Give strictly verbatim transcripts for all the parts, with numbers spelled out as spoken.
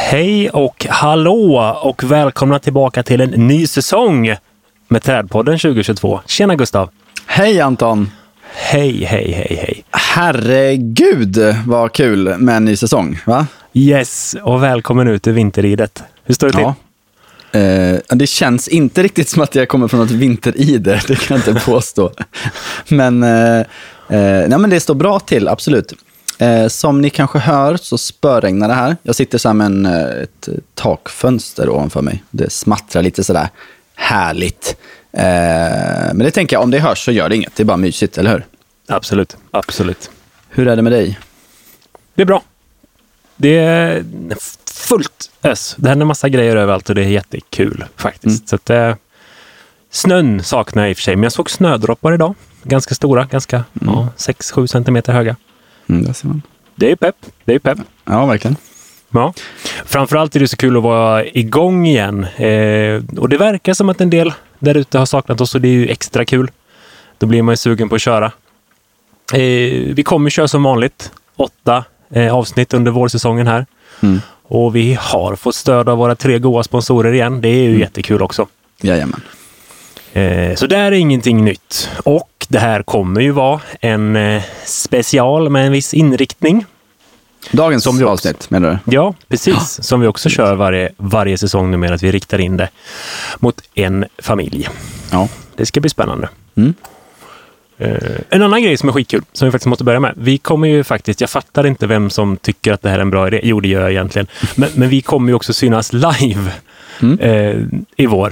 Hej och hallå och välkomna tillbaka till en ny säsong med Trädpodden tjugo tjugotvå. Tjena Gustav. Hej Anton. Hej, hej, hej, hej. Herregud, vad kul med en ny säsong, va? Yes, och välkommen ut i vinteridet. Hur står det till? Ja. Eh, det känns inte riktigt som att jag kommer från något vinterider, det kan jag inte påstå. Men, eh, eh, nej, men det står bra till, absolut. Eh, som ni kanske hör så spöregnar det här. Jag sitter så här med en, ett takfönster ovanför mig. Det smattrar lite sådär härligt. Eh, men det tänker jag, om det hörs så gör det inget. Det är bara mysigt, eller hur? Absolut, absolut. Hur är det med dig? Det är bra. Det är fullt ös. Det händer massa grejer överallt och det är jättekul faktiskt. Mm. Så att, eh, snön saknar jag i och för sig, men jag såg snödroppar idag. Ganska stora, ganska mm. ja, sex sju centimeter höga. Mm, det ser man. Det är pepp, det är pepp. Ja, verkligen. Ja. Framförallt är det så kul att vara igång igen. Eh, och det verkar som att en del där ute har saknat oss och det är ju extra kul. Då blir man ju sugen på att köra. Eh, vi kommer köra som vanligt. Åtta eh, avsnitt under vårsäsongen här. Mm. Och vi har fått stöd av våra tre goda sponsorer igen. Det är ju mm. jättekul också. Jajamän. Eh, så där är ingenting nytt. Och det här kommer ju vara en eh, special med en viss inriktning. Dagens som vi också, avsnitt, menar du? Ja, precis. Som vi också kör varje, varje säsong nu med att vi riktar in det mot en familj. Ja. Det ska bli spännande. Mm. Uh, en annan grej som är skitkul, som vi faktiskt måste börja med. Vi kommer ju faktiskt, jag fattar inte vem som tycker att det här är en bra idé. Jo, det gör jag egentligen. Men, men vi kommer ju också synas live mm. uh, i vår.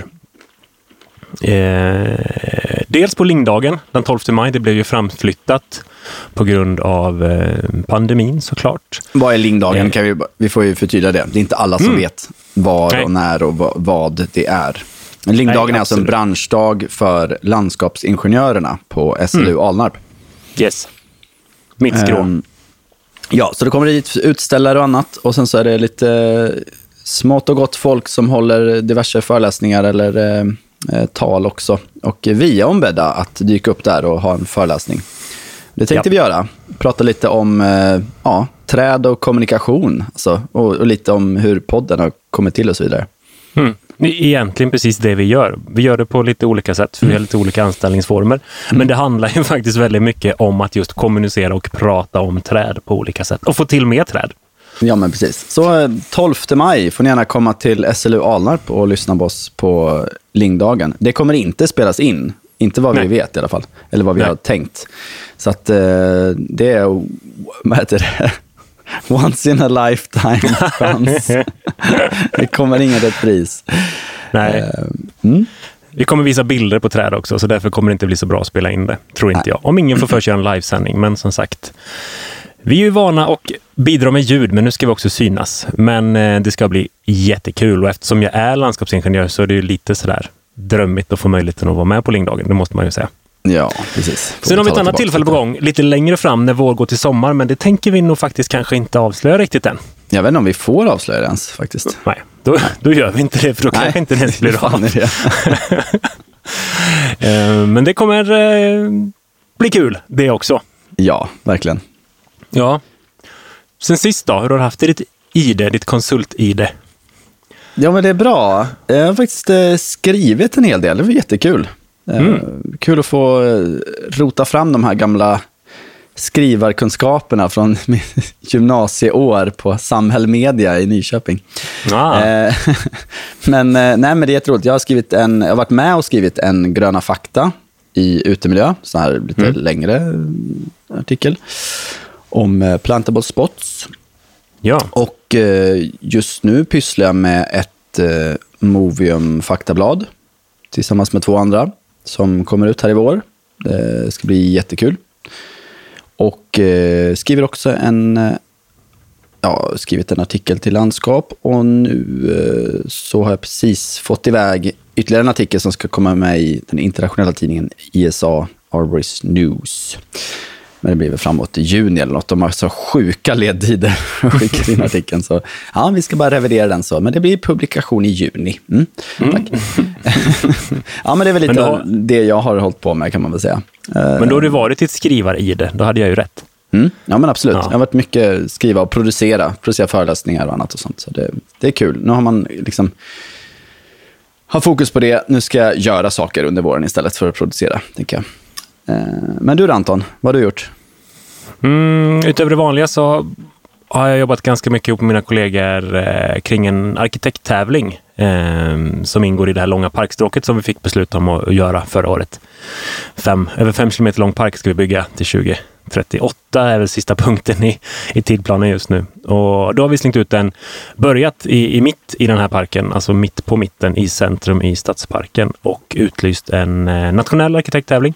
Uh, dels på Lingdagen den tolfte maj, det blev ju framflyttat på grund av eh, pandemin såklart. Vad är Lingdagen? Eh. Kan vi, vi får ju förtydliga det. Det är inte alla som mm. vet var Nej. och när och vad, vad det är. Lingdagen Nej, är alltså en branschdag för landskapsingenjörerna på S L U mm. Alnarp. Yes. Mitt skrå. Um, ja, så det kommer dit utställare och annat. Och sen så är det lite smått och gott folk som håller diverse föreläsningar eller eh, tal också. Och vi är ombedda att dyka upp där och ha en föreläsning. Det tänkte ja. vi göra. Prata lite om eh, ja, träd och kommunikation. Alltså, och, och lite om hur podden har kommit till och så vidare. Mm. Egentligen precis det vi gör. Vi gör det på lite olika sätt. För mm. vi har lite olika anställningsformer. Mm. Men det handlar ju faktiskt väldigt mycket om att just kommunicera och prata om träd på olika sätt. Och få till mer träd. Ja, men precis. Så tolfte maj får ni gärna komma till S L U Alnarp och lyssna på oss på Lingdagen. Det kommer inte spelas in. Inte vad Nej. vi vet i alla fall. Eller vad vi Nej. har tänkt. Så att eh, det är, vad heter det? Once in a lifetime chance. Det kommer ingen repris. Nej. Eh, mm. Vi kommer visa bilder på träd också, så därför kommer det inte bli så bra att spela in det. Tror inte Nej. jag. Om ingen får för sig en livesändning. Men som sagt, vi är ju vana och bidrar med ljud, men nu ska vi också synas. Men eh, det ska bli jättekul. Och eftersom jag är landskapsingenjör så är det ju lite sådär drömmigt att få möjligheten att vara med på Lingdagen, det måste man ju säga. Ja, precis. Får Sen har vi ett annat tillfälle på gång, lite längre fram när vår går till sommar, men det tänker vi nog faktiskt kanske inte avslöja riktigt än. Jag vet inte om vi får avslöja det ens, faktiskt. Nej, då, då gör vi inte det, för då Nej, kanske inte det ens blir av. Det. Men det kommer eh, bli kul, det också. Ja, verkligen. Ja. Sen sist då, hur har du haft ditt I D, ditt konsult-I D? Ja, men det är bra. Jag har faktiskt eh, skrivit en hel del. Det var jättekul. Mm. Eh, kul att få eh, rota fram de här gamla skrivarkunskaperna från gymnasieår på Samhällmedia i Nyköping. Ah. Eh, men, eh, nej, men det är jätteroligt. Jag har, skrivit en, jag har varit med och skrivit en gröna fakta i utemiljö. Så här lite mm. längre artikel om eh, plantable spots. Ja. Och eh, just nu pysslar jag med ett eh, Movium faktablad tillsammans med två andra som kommer ut här i vår. Det ska bli jättekul. Och eh, skriver också en eh, ja, skrivit en artikel till landskap och nu eh, så har jag precis fått iväg ytterligare en artikel som ska komma med i den internationella tidningen I S A Arborist News. Men det blir väl framåt i juni eller något. De har så sjuka ledtider och skickar in artikeln. Så ja, vi ska bara revidera den så. Men det blir publikation i juni. Mm. Mm. Tack. Ja, men det är väl lite har... det jag har hållit på med, kan man väl säga. Men då har du varit ett skrivar i det. Då hade jag ju rätt. Mm. Ja, men absolut. Ja. Jag har varit mycket skriva och producera, producera föreläsningar och annat och sånt. Så det, det är kul. Nu har man liksom har fokus på det. Nu ska jag göra saker under våren istället för att producera, tänker jag. Eh, men du Anton, vad har du gjort? Mm, utöver det vanliga så har jag jobbat ganska mycket ihop med mina kollegor eh, kring en arkitekttävling eh, som ingår i det här långa parkstråket som vi fick beslut om att göra förra året. Fem, över fem kilometer lång park ska vi bygga till tjugo trettioåtta är väl sista punkten i, i tidplanen just nu. Och då har vi slängt ut den, börjat i, i mitt i den här parken, alltså mitt på mitten i centrum i Stadsparken och utlyst en eh, nationell arkitekttävling.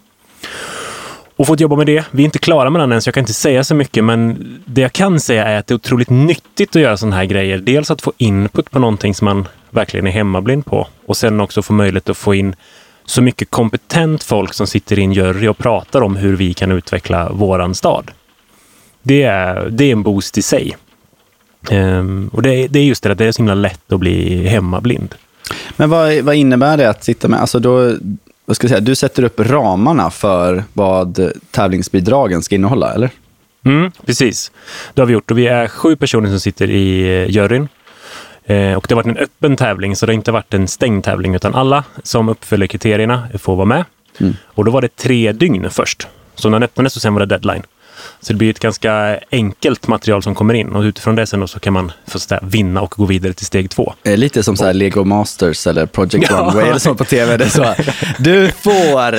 Och fått jobba med det. Vi är inte klara med den än så jag kan inte säga så mycket, men det jag kan säga är att det är otroligt nyttigt att göra sådana här grejer. Dels att få input på någonting som man verkligen är hemmablind på och sen också få möjlighet att få in så mycket kompetent folk som sitter i en jury och pratar om hur vi kan utveckla våran stad. Det är, det är en boost i sig. Um, och det är, det är just det att det är så himla lätt att bli hemmablind. Men vad, vad innebär det att sitta med, alltså då, vad ska jag säga, du sätter upp ramarna för vad tävlingsbidragen ska innehålla, eller? Mm, precis. Det har vi gjort och vi är sju personer som sitter i juryn. Eh, och det har varit en öppen tävling så det har inte varit en stängd tävling utan alla som uppfyller kriterierna får vara med. Mm. Och då var det tre dygn först. Så när den öppnades och sen var det deadline. Så det blir ett ganska enkelt material som kommer in och utifrån det sen så kan man få ställa, vinna och gå vidare till steg två. Lite som så här Lego Masters eller Project ja. Runway eller så på tv. Det är så här. Du får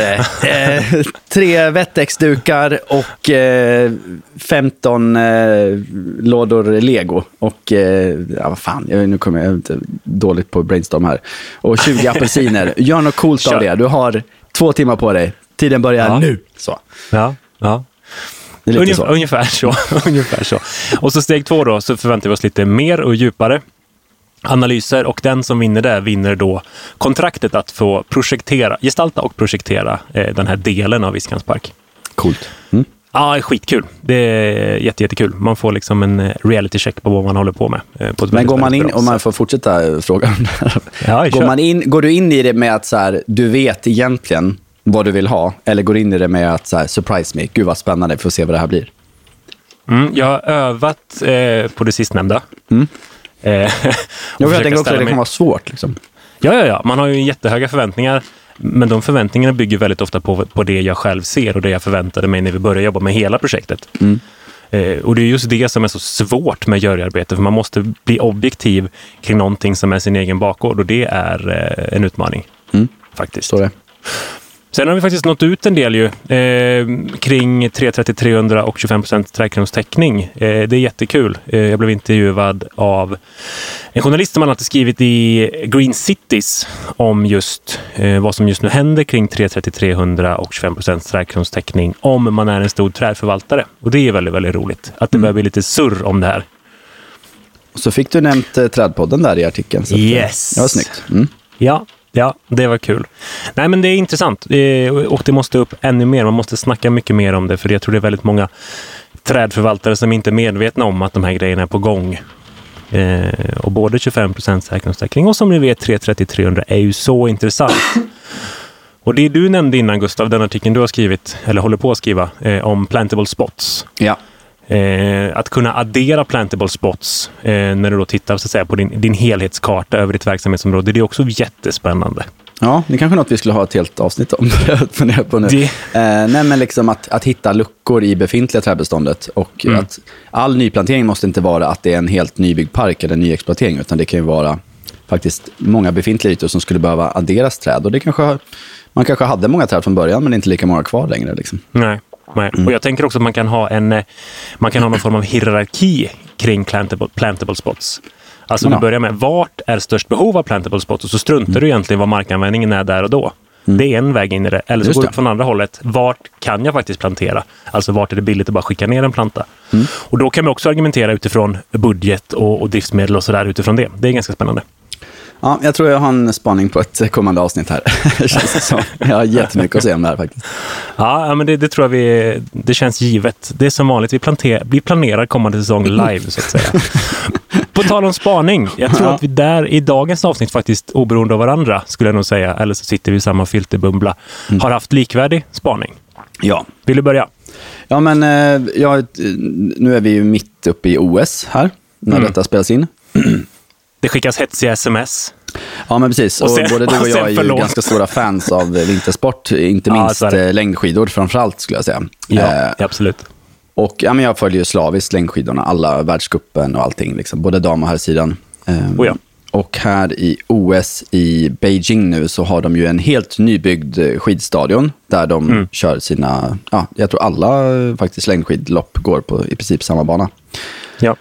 eh, tre Wettex-dukar och eh, femton eh, lådor Lego och eh, ja, vad fan, jag, nu kommer jag inte dåligt på brainstorm här. Och tjugo apelsiner. Gör något coolt Kör. Av det. Du har två timmar på dig. Tiden börjar ja. Nu. Så. Ja, ja. Ungefär så. Ungefär så. Ungefär så. Och så steg två då så förväntar vi oss lite mer och djupare analyser och den som vinner det vinner då kontraktet att få projektera, gestalta och projektera eh, den här delen av Viskans park. Coolt. Mm. Ja, skittkul. Det är jätte, jättekul. Man får liksom en reality check på vad man håller på med. Eh, på Men går man in, om man får fortsätta fråga ja, går, man in, går du in i det med att så här, du vet egentligen vad du vill ha, eller går in i det med att så här, surprise me, gud vad spännande, för att se vad det här blir? Mm, jag har övat eh, på det sistnämnda. Mm. Eh, jag vet att det kan vara svårt. Liksom. Ja, ja, ja. Man har ju jättehöga förväntningar, men de förväntningarna bygger väldigt ofta på, på det jag själv ser och det jag förväntade mig när vi började jobba med hela projektet. Mm. Eh, och det är just det som är så svårt med juryarbete, för man måste bli objektiv kring någonting som är sin egen bakgård och det är eh, en utmaning. Mm. Faktiskt. Så det. Sen har vi faktiskt nått ut en del ju eh, kring tre trettio trehundra och tjugofem procent trädkronstäckning. Eh, det är jättekul. Eh, jag blev intervjuad av en journalist som har alltid skrivit i Green Cities om just eh, vad som just nu händer kring tre trettio trehundra och tjugofem procent trädkronstäckning om man är en stor trädförvaltare. Och det är väldigt, väldigt roligt att det mm. börjar bli lite surr om det här. Så fick du nämnt eh, Trädpodden där i artikeln. Så yes. Det var snyggt. Mm. Ja. Ja, det var kul. Nej, men det är intressant och det måste upp ännu mer. Man måste snacka mycket mer om det för jag tror det är väldigt många trädförvaltare som inte är medvetna om att de här grejerna är på gång. Eh, och både tjugofem procent säkerhetstäckning och som ni vet tre trettio trehundra är ju så intressant. Och det du nämnde innan Gustav, den artikeln du har skrivit eller håller på att skriva eh, om plantable spots. Ja. Eh, att kunna addera plantable spots eh, när du då tittar så att säga, på din, din helhetskarta över ditt verksamhetsområde, det är också jättespännande. Ja, det är kanske något vi skulle ha ett helt avsnitt om på nu. Det... Eh, nej, men liksom att, att hitta luckor i befintliga trädbeståndet och mm. att all nyplantering måste inte vara att det är en helt nybyggd park eller en ny exploatering, utan det kan ju vara faktiskt många befintliga ytor som skulle behöva adderas träd och det kanske, man kanske hade många träd från början men inte lika många kvar längre liksom. Nej. Mm. Och jag tänker också att man kan ha en man kan ha någon form av hierarki kring plantable, plantable spots. Alltså ja. Du börjar med vart är störst behov av plantable spots och så struntar mm. du egentligen vad markanvändningen är där och då. Mm. Det är en väg in i det. Eller så Just går du från andra hållet. Vart kan jag faktiskt plantera? Alltså vart är det billigt att bara skicka ner en planta? Mm. Och då kan man också argumentera utifrån budget och, och driftsmedel och sådär utifrån det. Det är ganska spännande. Ja, jag tror jag har en spaning på ett kommande avsnitt här. Känns så. Jag har jättemycket att säga om det här faktiskt. Ja, men det, det tror jag vi, det känns givet. Det är som vanligt, vi, planter, vi planerar kommande säsong live så att säga. På tal om spaning, jag tror ja. att vi där i dagens avsnitt faktiskt oberoende av varandra skulle jag nog säga, eller så sitter vi i samma filterbubbla, mm. har haft likvärdig spaning. Ja. Vill du börja? Ja, men eh, ja, nu är vi ju mitt uppe i O S här, när mm. detta spelas in. Det skickas hetsiga sms. Ja, men precis. Och, och sen, både du och jag är ju förlåt. ganska stora fans av vintersport, inte minst ja, längdskidor framförallt skulle jag säga. Ja, eh, absolut. Och ja, men jag följer ju slaviskt längdskidorna, alla världscupen och allting, liksom, både dam- och herrsidan. Eh, oh ja. Och här i O S i Beijing nu så har de ju en helt nybyggd skidstadion där de mm. kör sina, ja, jag tror alla faktiskt längdskidlopp går på i princip samma bana. Ja.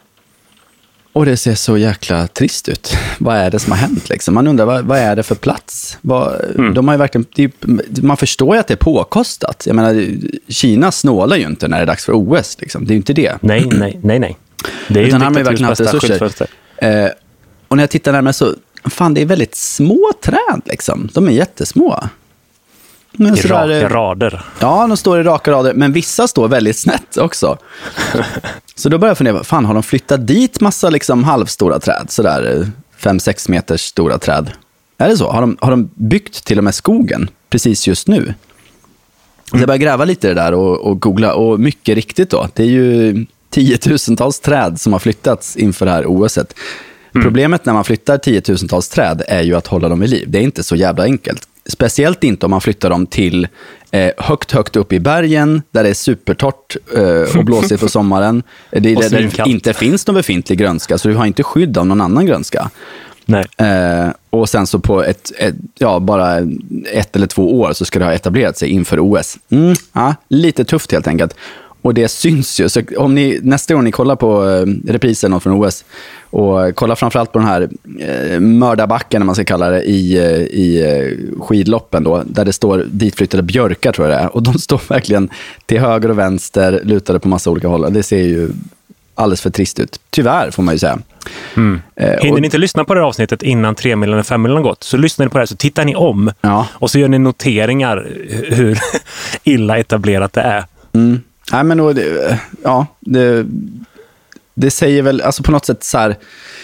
Och det ser så jäkla trist ut. Vad är det som har hänt liksom? Man undrar, vad, vad är det för plats? Vad, mm. De har ju verkligen, det, man förstår ju att det är påkostat. Jag menar, Kina snålar ju inte när det är dags för O S. Liksom. Det är ju inte det. Nej, nej, nej, nej. Det är ju diktaturs bästa skyltfönster. Eh, och när jag tittar närmare så, fan, det är väldigt små träd liksom. De är jättesmå. Men I raka där, rader. Ja, de står i raka rader. Men vissa står väldigt snett också. Så då börjar jag fundera, fan, har de flyttat dit massa liksom halvstora träd? Sådär fem sex meters stora träd. Är det så? Har de, har de byggt till och med skogen precis just nu? Mm. Så jag börjar gräva lite i det där och, och googla. Och mycket riktigt då. Det är ju tiotusentals träd som har flyttats inför det här O S-et. Mm. Problemet när man flyttar tiotusentals träd är ju att hålla dem i liv. Det är inte så jävla enkelt. Speciellt inte om man flyttar dem till eh, högt, högt upp i bergen där det är supertorrt eh, och blåsigt på sommaren. Det är där det inte finns någon befintlig grönska, så du har inte skydd av någon annan grönska. Nej. Eh, och sen så på ett, ett, ja, bara ett eller två år så ska det ha etablerat sig inför O S. Mm, ja, lite tufft helt enkelt. Och det syns ju. Så om ni nästa gång ni kollar på eh, reprisen från O S och kollar framförallt på den här eh, mördarbacken, när man ska kalla det, i, eh, i eh, skidloppen då, där det står ditflyttade björkar, tror jag det är. Och de står verkligen till höger och vänster, lutade på massa olika håll. Det ser ju alldeles för trist ut. Tyvärr, får man ju säga. Mm. Eh, Hinner och, ni inte lyssna på det här avsnittet innan tre milen eller fem milen har gått, så lyssnar ni på det här, så tittar ni om. Ja. Och så gör ni noteringar hur illa etablerat det är. Mm. Nej, men då, det, ja, det, det säger väl, alltså på något sätt så här,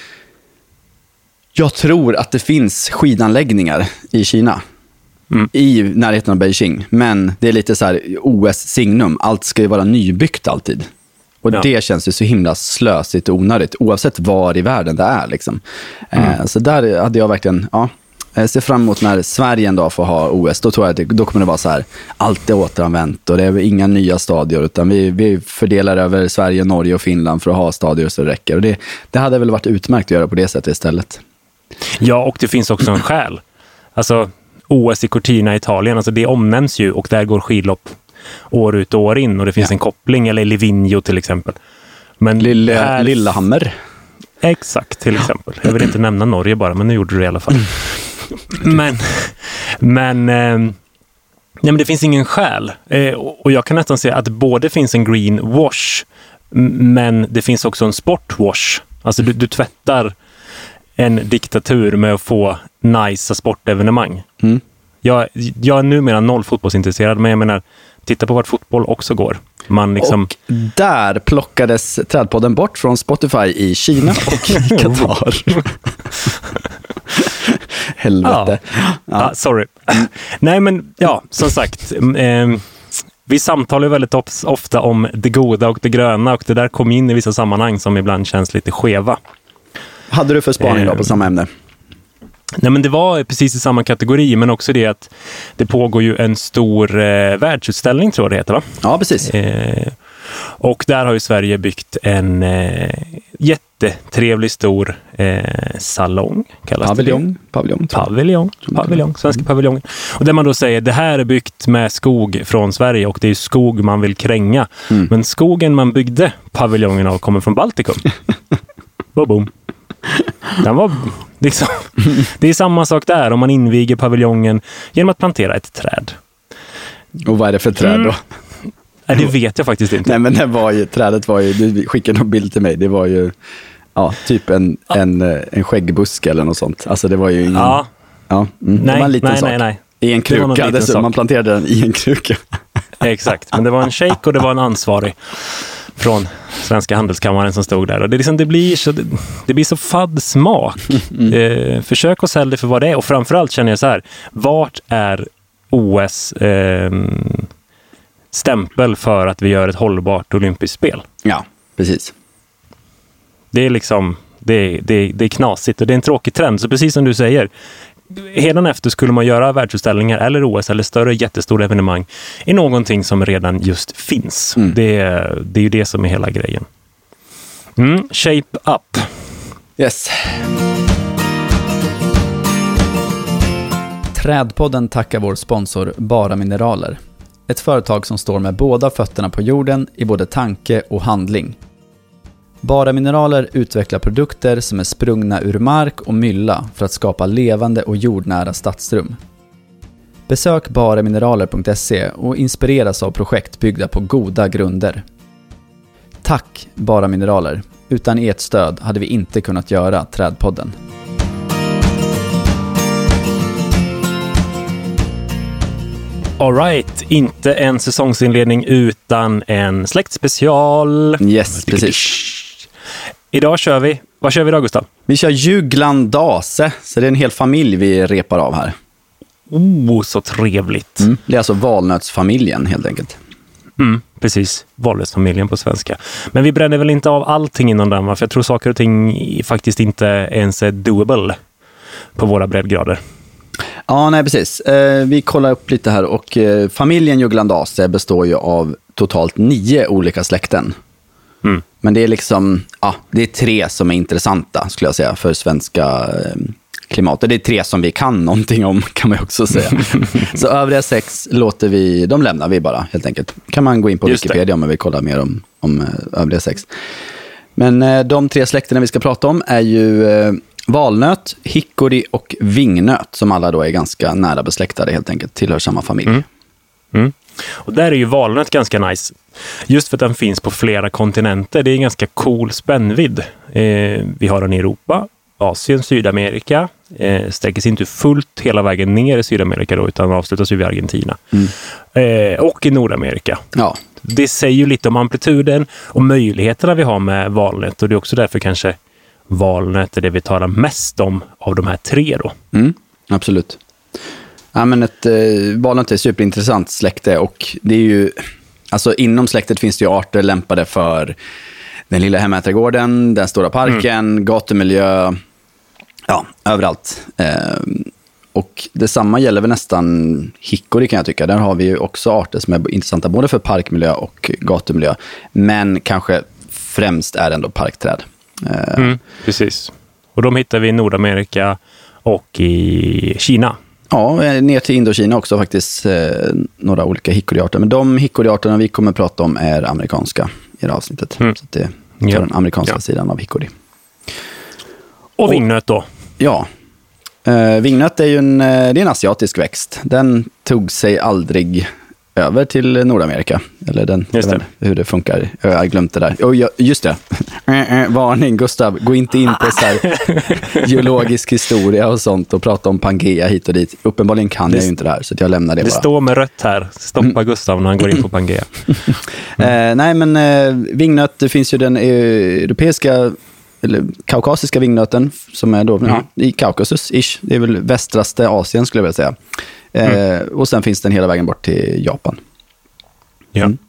jag tror att det finns skidanläggningar i Kina, mm. i närheten av Beijing, men det är lite så här O S-signum, allt ska ju vara nybyggt alltid. Och ja. Det känns ju så himla slösigt och onödigt, oavsett var i världen det är liksom. Mm. Eh, så där hade jag verkligen, ja, jag ser fram emot när Sverige en dag får ha O S. Då tror jag att det, då kommer det vara så här, allt är återanvänt och det är inga nya stadier, utan vi, vi fördelar över Sverige, Norge och Finland för att ha stadier så det räcker. Och det, det hade väl varit utmärkt att göra på det sättet istället. Ja, och det finns också en skäl. Alltså O S i Cortina i Italien, alltså det omnämns ju, och där går skidlopp år ut och år in, och det finns ja. en koppling, eller Livigno till exempel. Men Lille, här... Lillehammer. Exakt, till exempel. Jag vill inte nämna Norge bara, men nu gjorde du det i alla fall. Men, men, eh, nej, men det finns ingen skäl. Eh, och jag kan nästan säga att både finns en green wash, men det finns också en sport wash. Alltså du, du tvättar en diktatur med att få nice sportevenemang. Mm. Jag, jag är numera noll fotbollsintresserad, men jag menar, titta på vart fotboll också går. Man liksom... Och där plockades Trädpodden bort från Spotify i Kina och i Qatar. Helvete. Ja. Ja. Ah, sorry. Nej, men ja, som sagt, eh, vi samtalar väldigt ofta om det goda och det gröna, och det där kom in i vissa sammanhang som ibland känns lite skeva. Hade du för spaning då på eh, samma ämne? Nej, men det var precis i samma kategori, men också det att det pågår ju en stor eh, världsutställning, tror jag det heter, va? Ja, precis. Eh, och där har ju Sverige byggt en eh, jättetrevlig stor eh, salong, kallas paviljong, det. Paviljong. Paviljong. Paviljong. Svenska paviljongen. Och där man då säger, det här är byggt med skog från Sverige, och det är skog man vill kränga. Mm. Men skogen man byggde paviljongen av kommer från Baltikum. Boom, boom. Den var liksom, det är samma sak där om man inviger paviljongen genom att plantera ett träd. Och vad är det för träd då? Mm. Nej, det vet jag faktiskt inte. Nej, men det var ju, trädet var ju, du skickade någon bild till mig, det var ju ja, typ en, ja. en, en skäggbusk eller något sånt. Alltså det var ju ingen, ja. Ja, mm, nej, det var en liten nej, sak. Nej, nej. I en kruka, dessutom, man planterade den i en kruka. Exakt, men det var en shejk och det var en ansvarig från Svenska handelskammaren som stod där. Och det, liksom, det, blir så, det, det blir så fadd smak. Mm. Eh, försök att sälja det för vad det är. Och framförallt känner jag så här, vart är O S... Eh, stämpel för att vi gör ett hållbart olympiskt spel. Ja, precis. Det är liksom, det är, det är, det är knasigt och det är en tråkig trend. Så precis som du säger, redan efter skulle man göra världsutställningar eller O S eller större jättestora evenemang i någonting som redan just finns. Mm. Det, är, det är ju det som är hela grejen. Mm, shape up. Yes. Trädpodden tackar vår sponsor Bara Mineraler. Ett företag som står med båda fötterna på jorden i både tanke och handling. Bara Mineraler utvecklar produkter som är sprungna ur mark och mylla för att skapa levande och jordnära stadsrum. Besök baramineraler punkt se och inspireras av projekt byggda på goda grunder. Tack Bara Mineraler. Utan ert stöd hade vi inte kunnat göra Trädpodden. All right, inte en säsongsinledning utan en släktspecial. Yes, precis. Idag kör vi, vad kör vi idag Gustav? Vi kör Juglandase, så det är en hel familj vi repar av här. Oh, så trevligt. Mm. Det är alltså valnötsfamiljen helt enkelt. Mm, precis, valnötsfamiljen på svenska. Men vi bränner väl inte av allting inom den, va? För jag tror saker och ting faktiskt inte ens är doable på våra breddgrader. Ja, nej precis. Eh, vi kollar upp lite här och eh, familjen Juglandase består ju av totalt nio olika släkten. Mm. Men det är liksom, ja, det är tre som är intressanta skulle jag säga för svenska eh, klimatet. Det är tre som vi kan någonting om kan man också säga. Så övriga sex låter vi, de lämnar vi bara helt enkelt. Kan man gå in på Just Wikipedia det. Om man vill kolla mer om, om eh, övriga sex. Men eh, de tre släkterna vi ska prata om är ju eh, valnöt, hickory och vingnöt som alla då är ganska nära besläktade helt enkelt, tillhör samma familj. Mm. Mm. Och där är ju valnöt ganska nice. Just för att den finns på flera kontinenter. Det är en ganska cool spännvidd. Eh, vi har den i Europa, Asien, Sydamerika. Eh, sträcker sig inte fullt hela vägen ner i Sydamerika då, utan avslutas ju vid Argentina. Mm. Eh, och i Nordamerika. Ja. Det säger ju lite om amplituden och möjligheterna vi har med valnöt. Och det är också därför kanske valnöt är det vi talar mest om av de här tre då. Mm, absolut. Ja, men ett eh, valnöt är ett superintressant släkte och det är ju, alltså inom släktet finns det ju arter lämpade för den lilla hemmätargården, den stora parken, mm. gatemiljö, ja, överallt. Eh, och detsamma gäller väl nästan hickory kan jag tycka. Där har vi ju också arter som är intressanta både för parkmiljö och gatemiljö. Men kanske främst är ändå parkträd. Eh, mm, precis. Och de hittar vi i Nordamerika och i Kina. Ja, ner till Indokina också faktiskt eh, några olika hickoryarter. Men de hickoryarterna vi kommer att prata om är amerikanska i det här avsnittet. Mm. Så det är ja. den amerikanska ja. sidan av hickory. Och vingnöt då? Ja, eh, vingnöt är ju en, eh, det är en asiatisk växt. Den tog sig aldrig över till Nordamerika. Eller den, just det. Vet, hur det funkar. Jag har glömt det där. Oh, ja, just det. Varning, Gustav. Gå inte in på så här geologisk historia och sånt och prata om Pangea hit och dit. Uppenbarligen kan det, jag ju inte det här, så jag lämnar det, det bara. Det står med rött här. Stoppa mm. Gustav när han går in på Pangea. Mm. eh, nej, men eh, vingnöt, det finns ju den eh, europeiska eller kaukasiska vingnöten som är då mm. ja, i Kaukasus ish. Det är väl västraste Asien skulle jag vilja säga. Eh, mm. Och sen finns den hela vägen bort till Japan. Ja. Mm.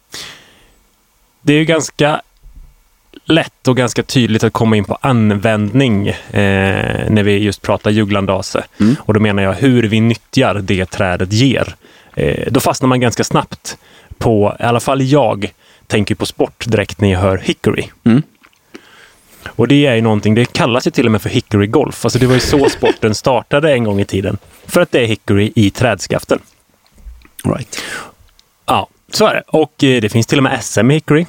Det är ju ganska lätt och ganska tydligt att komma in på användning eh, när vi just pratar juglandase. Mm. Och då menar jag hur vi nyttjar det trädet ger. Eh, då fastnar man ganska snabbt på, i alla fall jag tänker på sport direkt när jag hör hickory. Mm. Och det är ju någonting, det kallas ju till och med för hickory golf. Alltså det var ju så sporten startade en gång i tiden. För att det är hickory i trädskaften. Right. Ja, så är det. Och eh, det finns till och med S M i hickory.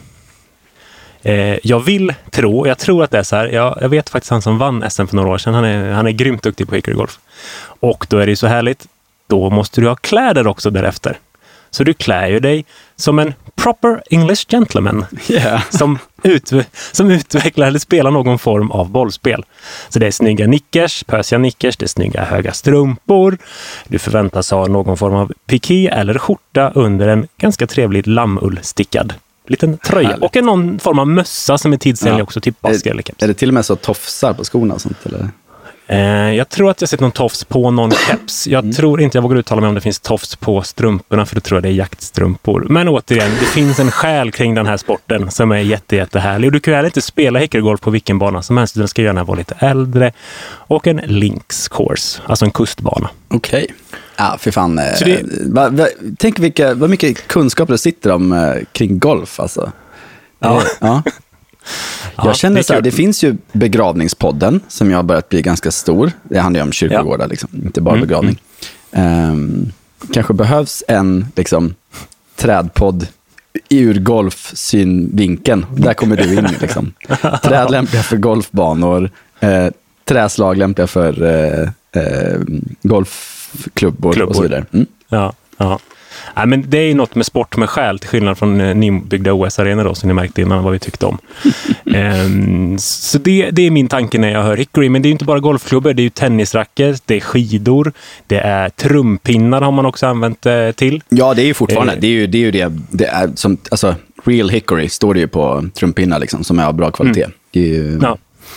Eh, jag vill tro, jag tror att det är så här, jag, jag vet faktiskt han som vann S M för några år sedan, han är, han är grymt duktig på hickory golf. Och då är det ju så härligt, då måste du ha kläder också därefter. Så du klär ju dig som en proper English gentleman yeah. som, ut, som utvecklar eller spelar någon form av bollspel. Så det är snygga nickers, pösiga nickers, det är snygga höga strumpor. Du förväntas ha någon form av piké eller skjorta under en ganska trevlig lammullstickad liten tröja. Härligt. Och en någon form av mössa som är tidsenlig ja. också till basker eller keps. Är det till och med så tofsar på skorna och sånt eller? Eh, jag tror att jag sett någon tofs på någon keps. Jag mm. tror inte jag vågar uttala mig om det finns tofs på strumporna, för då tror jag det är jaktstrumpor. Men återigen, det finns en själ kring den här sporten som är jätte, jättehärlig. Och du kan ju inte spela hickeygolf på vilken bana som helst. Den ska gärna vara lite äldre. Och en links course, alltså en kustbana. Okej. Okay. Ja, för fan. Så det... va, va, tänk vilka, vad mycket kunskap du sitter om eh, kring golf, alltså. Ja. Eh, ja. Jag ja, känner det så här, det finns ju begravningspodden som jag har börjat bli ganska stor. Det handlar ju om kyrkogårdar, ja. liksom, inte bara mm, begravning. Mm. Um, kanske behövs en liksom, trädpodd ur golfsynvinkeln. Där kommer du in. Liksom. Träd lämpliga för golfbanor, eh, träslag lämpliga för eh, eh, golfklubbor Klubbor. och så vidare. Mm. Ja, ja. Nej, men det är ju något med sport med själ, till skillnad från eh, nybyggda O S-arenor då, som ni märkte innan vad vi tyckte om. um, så det, det är min tanke när jag hör Hickory. Men det är ju inte bara golfklubbor, det är ju tennisracket, det är skidor, det är trumpinnar har man också använt eh, till. Ja, det är ju fortfarande, eh, det är ju det, är ju det, det är som, alltså Real Hickory står det ju på trumpinnar liksom, som är av bra kvalitet. Mm. Det är ju... Ja.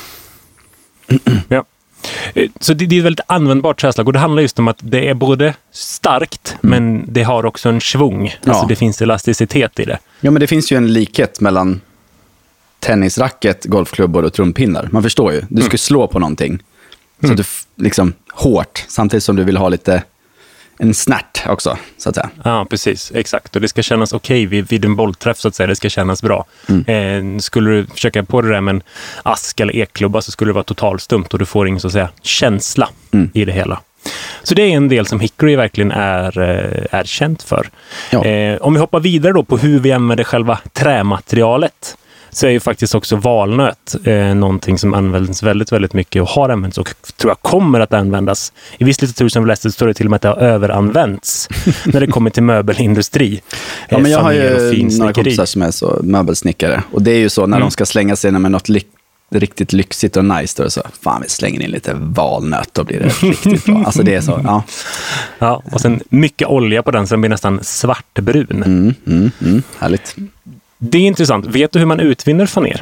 ja. Så det, det är ett väldigt användbart träslag, och det handlar just om att det är både starkt mm. men det har också en svung. Alltså ja. det finns elasticitet i det. Ja, men det finns ju en likhet mellan tennisracket, golfklubbor och trumpinnar. Man förstår ju, du ska mm. slå på någonting så mm. du liksom hårt, samtidigt som du vill ha lite en snärt också, så att säga. Ja, precis. Exakt. Och det ska kännas okej okay vid, vid en bollträff, så att säga. Det ska kännas bra. Mm. Eh, skulle du försöka på det där med en ask eller ekklubba, så skulle det vara totalstumt och du får ingen, så att säga, känsla mm. i det hela. Så det är en del som Hickory verkligen är, är känt för. Ja. Eh, om vi hoppar vidare då på hur vi använder själva trämaterialet, så är ju faktiskt också valnöt eh, någonting som används väldigt, väldigt mycket och har använts och tror jag kommer att användas. I viss litteratur som vi läste står det till och med att det har överanvänts när det kommer till möbelindustri. Ja, men jag har ju några kompisar som är så möbelsnickare, och det är ju så när mm. de ska slänga sig med något li- riktigt lyxigt och nice, då är det så, fan vi slänger in lite valnöt, då blir det riktigt bra. Alltså det är så, ja. Ja, och sen mycket olja på den så den blir nästan svartbrun. Mm, mm, mm, härligt. Det är intressant. Vet du hur man utvinner faner?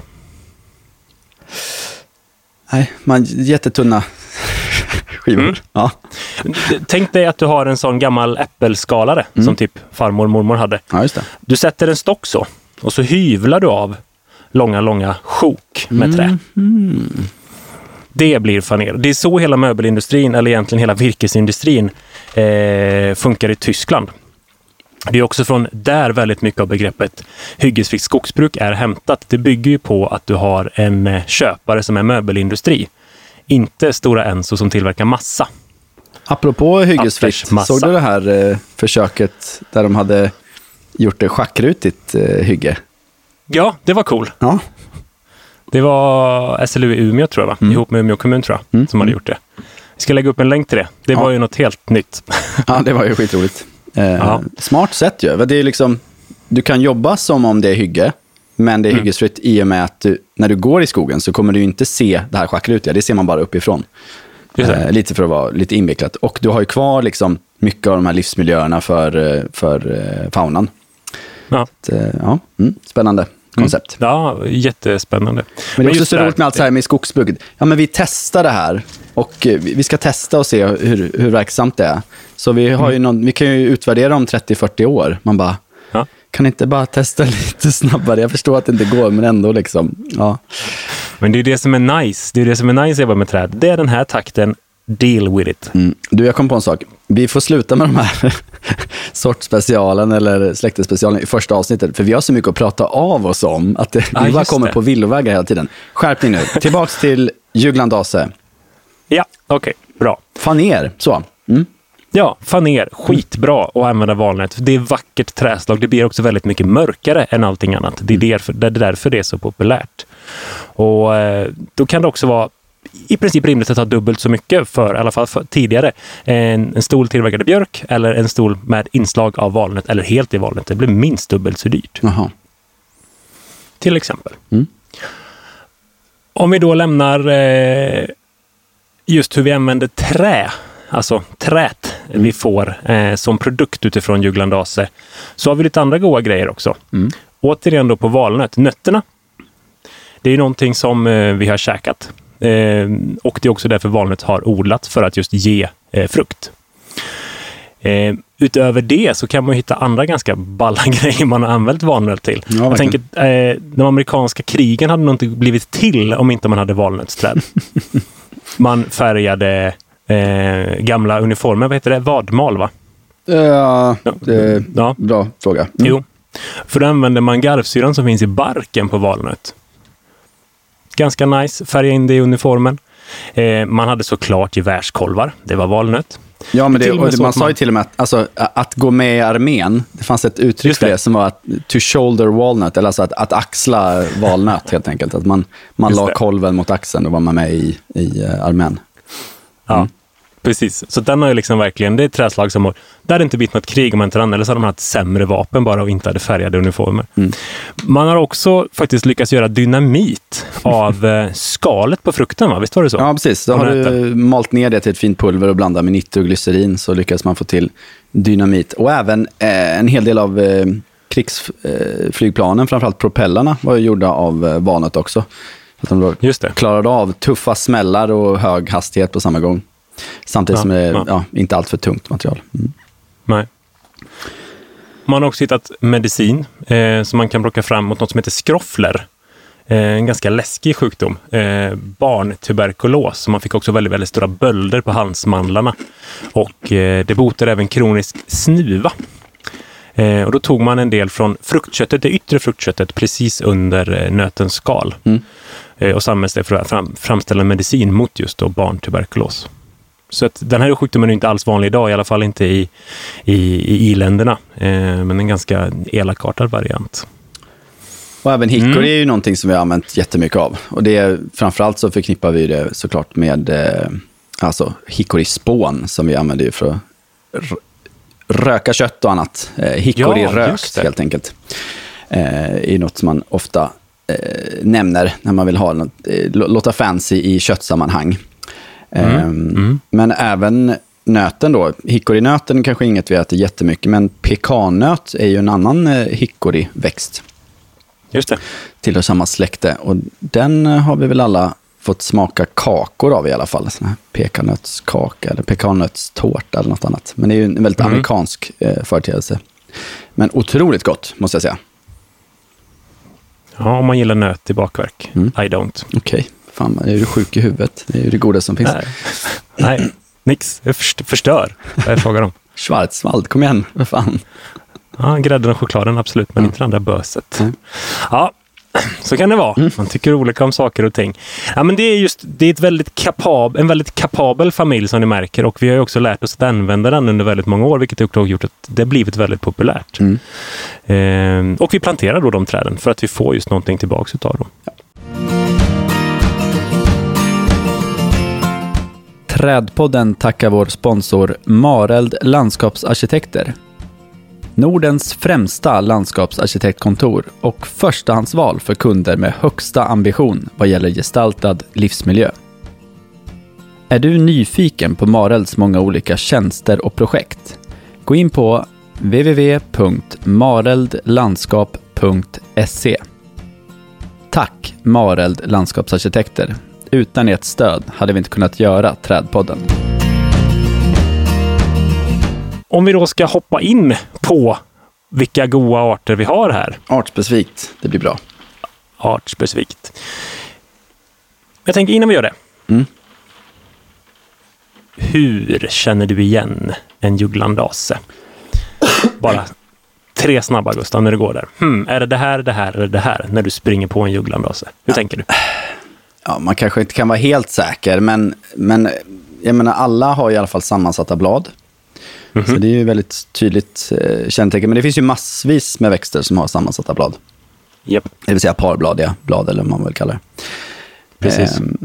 Nej, man jättetunna skivor. Mm. Ja. Tänk dig att du har en sån gammal äppelskalare mm. som typ farmor och mormor hade. Ja, just det. Du sätter en stock så och så hyvlar du av långa, långa sjok med trä. Mm. Det blir faner. Det är så hela möbelindustrin, eller egentligen hela virkesindustrin eh, funkar i Tyskland. Det är också från där väldigt mycket av begreppet hyggesfritt skogsbruk är hämtat. Det bygger ju på att du har en köpare som är möbelindustri. Inte Stora Enso som tillverkar massa. Apropå hyggesfritt, såg du det här eh, försöket där de hade gjort det schackrutigt eh, hygge? Ja, det var cool. Ja. Det var S L U i Umeå, tror jag, va? Mm. Ihop med Umeå kommun, tror jag, mm. som hade gjort det. Vi ska lägga upp en länk till det. Det ja. var ju något helt nytt. Ja, det var ju skitroligt. Eh, smart sätt ju. Det är liksom, du kan jobba som om det är hygge, men det är mm. hyggesfritt i och med att du, när du går i skogen så kommer du ju inte se det här schackrutiga. Det ser man bara uppifrån. Eh, lite för att vara lite invecklat. Och du har ju kvar liksom mycket av de här livsmiljöerna för, för faunan. Ja. Så, ja. Mm, spännande koncept. Mm. Ja, jättespännande. Men det är också så roligt med allt så här med skogsbygd. Ja, men vi testar det här och vi ska testa och se hur, hur verksamt det är. Så vi, har ju någon, vi kan ju utvärdera om trettio fyrtio år. Man bara, ja. kan inte bara testa lite snabbare? Jag förstår att det inte går, men ändå liksom, ja. Men det är det som är nice. Det är det som är nice att jobba med träd. Det är den här takten. Deal with it. Mm. Du, jag kom på en sak. Vi får sluta med de här sortspecialen eller släktespecialen i första avsnittet, för vi har så mycket att prata av oss om att det, ah, vi bara kommer det. på villovägar hela tiden. Skärpning nu. Tillbaks till Juglandase. Ja, okej. Okay. Bra. Faner, så. Mm. Ja, faner. Skitbra att använda valnöt. Det är vackert träslag. Det blir också väldigt mycket mörkare än allting annat. Det är därför det är, därför det är så populärt. Och eh, då kan det också vara i princip rimligt att ha dubbelt så mycket för, i alla fall för tidigare, en, en stol tillverkad björk eller en stol med inslag av valnöt eller helt i valnöt. Det blir minst dubbelt så dyrt. Aha. Till exempel. Mm. Om vi då lämnar eh, just hur vi använder trä, alltså trät mm. vi får eh, som produkt utifrån Juglandase, så har vi lite andra goda grejer också. Mm. Återigen då på valnöt. Nötterna, det är ju någonting som eh, vi har käkat. Eh, och det är också därför valnöt har odlats, för att just ge eh, frukt. Eh, utöver det så kan man ju hitta andra ganska balla grejer man har använt valnöt till. Ja, jag tänker, eh, de amerikanska krigen hade nog inte blivit till om inte man hade valnötsträd. Man färgade eh, gamla uniformer, vad heter det? Vadmal, va? Ja, det är ja. Bra fråga. Mm. Jo, för då använder man garvsyran som finns i barken på valnöt. Ganska nice, färga in det i uniformen. Eh, man hade såklart gevärskolvar, det var valnöt. Ja, men det, och och man sa ju till och med att, alltså, att gå med i armén, det fanns ett uttryck för det som var att to shoulder walnut, eller alltså att, att axla valnöt helt enkelt. Att man, man la kolven mot axeln och var man med i, i uh, armén. Mm. Ja, precis. Så den har ju liksom verkligen, det är ett träslag som har, där hade inte blivit något krig om man inte använde, eller så hade man haft sämre vapen bara och inte hade färgade uniformer. Mm. Man har också faktiskt lyckats göra dynamit av eh, skalet på frukten, va? Visst var det så? Ja, precis. Då har du malt ner det till ett fint pulver och blandat med nitroglycerin, så lyckas man få till dynamit. Och även eh, en hel del av eh, krigsflygplanen, eh, framförallt propellerna, var ju gjorda av eh, valnöt också. Att de då Just det. klarade av tuffa smällar och hög hastighet på samma gång. Samtidigt ja, som det är ja. Ja, inte allt för tungt material. Mm. Nej. Man har också hittat medicin eh, som man kan plocka fram mot något som heter skroffler. Eh, en ganska läskig sjukdom. Eh, barntuberkulos. Så man fick också väldigt, väldigt stora bölder på halsmandlarna. Och eh, det botade även kronisk snuva. Eh, och då tog man en del från fruktköttet, det yttre fruktköttet, precis under eh, nötens skal. Mm. Eh, och samlas det för att fram, framställa medicin mot just då barntuberkulos. Så att den här sjukdomen är inte alls vanlig idag, i alla fall inte i, i, i i-länderna. Eh, men en ganska elakartad variant. Och även hickory mm. är ju någonting som vi har använt jättemycket av. Och det är, framförallt så förknippar vi det såklart med eh, alltså hickory-spån som vi använder ju för att r- röka kött och annat. Eh, hickory-rökt ja, helt enkelt. Eh, är något som man ofta eh, nämner när man vill ha något, eh, låta fancy i köttsammanhang. Mm. Mm. Men även nöten då. Hickorynöten kanske inget vi äter jättemycket, men pekannöt är ju en annan hickoryväxt. Just det. Tillhör samma släkte. Och den har vi väl alla fått smaka kakor av i alla fall. Sån här pekannötskaka eller pekannötstårta eller något annat. Men det är ju en väldigt mm. amerikansk eh, företeelse. Men otroligt gott, måste jag säga. Ja, om man gillar nöt i bakverk. Mm. I don't. Okej. Okay. Fan, är du sjuk i huvudet? Det är ju det goda som finns. Nej, Nej. nix. Jag förstör. Vad är frågan om? Schwarzwald, kom igen. Vad fan? Ja, grädden och chokladen, absolut. Men mm. inte det andra böset. Mm. Ja, så kan det vara. Mm. Man tycker olika om saker och ting. Ja, men det är just det är ett väldigt kapab, en väldigt kapabel familj som ni märker. Och vi har ju också lärt oss att använda den under väldigt många år. Vilket också har gjort att det har blivit väldigt populärt. Mm. Ehm, och vi planterar då de träden för att vi får just någonting tillbaka utav dem. Ja. Trädpodden tackar vår sponsor Mareld Landskapsarkitekter. Nordens främsta landskapsarkitektkontor och förstahandsval för kunder med högsta ambition vad gäller gestaltad livsmiljö. Är du nyfiken på Marelds många olika tjänster och projekt? Gå in på w w w punkt mareldlandskap punkt se. Tack Mareld Landskapsarkitekter. Utan ert stöd hade vi inte kunnat göra Trädpodden. Om vi då ska hoppa in på vilka goda arter vi har här. Artspecifikt, det blir bra. Artspecifikt. Jag tänker innan vi gör det. Mm. Hur känner du igen en jugglandase? Bara tre snabba, Gustav, när du går där. Hmm, är det det här, det här eller det här när du springer på en jugglandase? Hur ja. tänker du? Ja, man kanske inte kan vara helt säker, men, men jag menar, alla har i alla fall sammansatta blad. Mm-hmm. Så det är ju väldigt tydligt eh, kännetecken. Men det finns ju massvis med växter som har sammansatta blad. Yep. Det vill säga parbladiga blad, eller vad man vill kalla det. Precis. Ehm.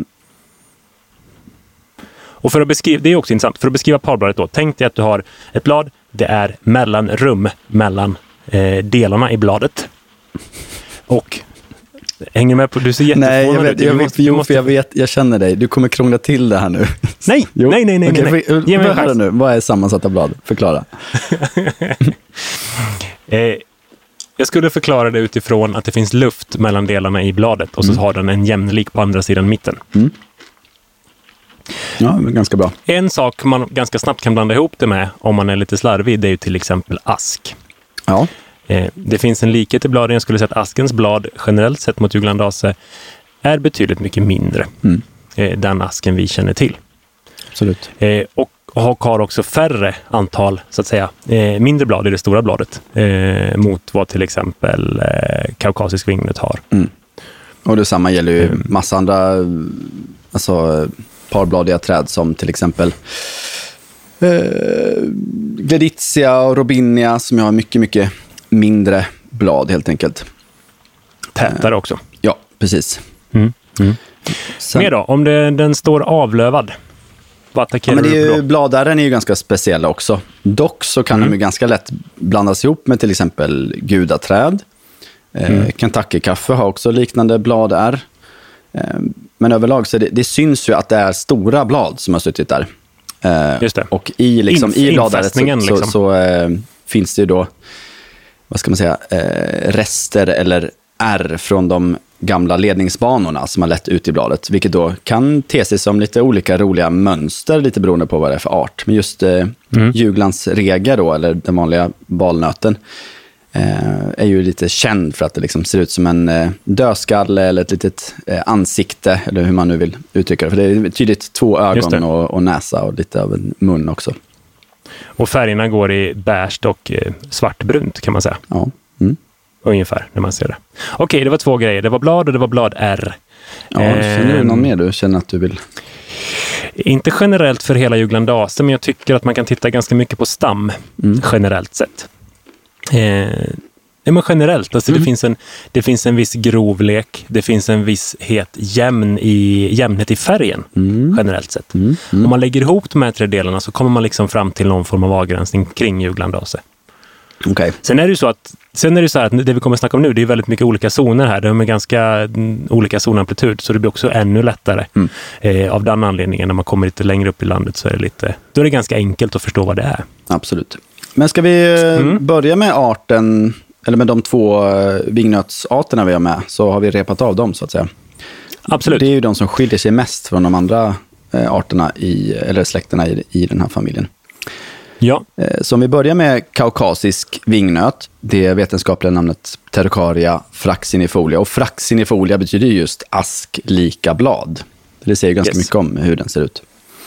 Och för att beskriva, det är också intressant, för att beskriva parbladet då, tänk dig att du har ett blad, det är mellanrum mellan eh, delarna i bladet. Och hänger med på, du ser jätteförvånad Nej, jag vet, jag, vet, måste, jo, måste... jag vet, jag känner dig. Du kommer krångla till det här nu. Nej, nej, nej, nej. Okej, nej, nej. Ge mig höra nu. Vad är sammansatta blad? Förklara. eh, jag skulle förklara det utifrån att det finns luft mellan delarna i bladet och så mm. har den en jämnlik på andra sidan mitten. Mm. Ja, men ganska bra. En sak man ganska snabbt kan blanda ihop det med om man är lite slarvig, det är ju till exempel ask. Ja. Eh, det finns en likhet i bladen. Jag skulle säga att askens blad generellt sett mot Juglandase är betydligt mycket mindre. Mm. Eh, den asken vi känner till. Absolut. Eh, och har också färre antal, så att säga, eh, mindre blad i det stora bladet eh, mot vad till exempel eh, kaukasisk vingnöt har. Mm. Och detsamma gäller ju mm. massa andra alltså, parbladiga träd som till exempel eh, Gleditsia och Robinia som har mycket, mycket mindre blad helt enkelt. Tätare också. Ja, precis. Mm. Mm. Sen, mer då, om det, den står avlövad. Vad attackerar ja, men det är du ju, bladärren är ju ganska speciella också. Dock så kan mm. de ju ganska lätt blandas ihop med till exempel gudaträd. Mm. Eh, Kentucky-kaffe har också liknande bladär. Eh, men överlag så det, det syns ju att det är stora blad som har suttit där. Eh, Just det. Och i, liksom, Inf- i bladäret så, liksom. så, så eh, finns det ju då, vad ska man säga, eh, rester eller ärr från de gamla ledningsbanorna som har lett ut i bladet, vilket då kan te sig som lite olika roliga mönster, lite beroende på vad det är för art. Men just eh, mm. Juglands rega då, eller den vanliga valnöten, eh, är ju lite känd för att det liksom ser ut som en eh, dödskalle eller ett litet eh, ansikte, eller hur man nu vill uttrycka det. För det är tydligt två ögon och, och näsa och lite av en mun också. Och färgerna går i beige och eh, svartbrunt kan man säga. Ja. Mm. Ungefär när man ser det. Okej, det var två grejer. Det var blad och det var blad R. Ja, känner du någon mer du känner att du vill? Inte generellt för hela Juglandase, men jag tycker att man kan titta ganska mycket på stam mm. generellt sett. Eh, ja, men generellt. Alltså mm. det, finns en, det finns en viss grovlek. Det finns en viss het jämn i, jämnhet i färgen mm. generellt sett. Mm. Mm. Om man lägger ihop de här tre delarna så kommer man liksom fram till någon form av avgränsning kring Juglandase. Okay. Sen är det ju så att sen är det så här att det vi kommer att snacka om nu, det är väldigt mycket olika zoner här. De är ganska mm, olika zonamplitud, så det blir också ännu lättare. Mm. Eh, av den anledningen, när man kommer lite längre upp i landet så är det lite, då är det ganska enkelt att förstå vad det är. Absolut. Men ska vi mm. börja med arten, eller med de två vingnötsarterna vi har med, så har vi repat av dem så att säga. Absolut. Det är ju de som skiljer sig mest från de andra eh, arterna i, eller släkterna i, i den här familjen. Ja. Så om vi börjar med kaukasisk vingnöt, det vetenskapliga namnet Pterocarya fraxinifolia. Och fraxinifolia betyder just asklika blad. Det säger ganska yes. mycket om hur den ser ut.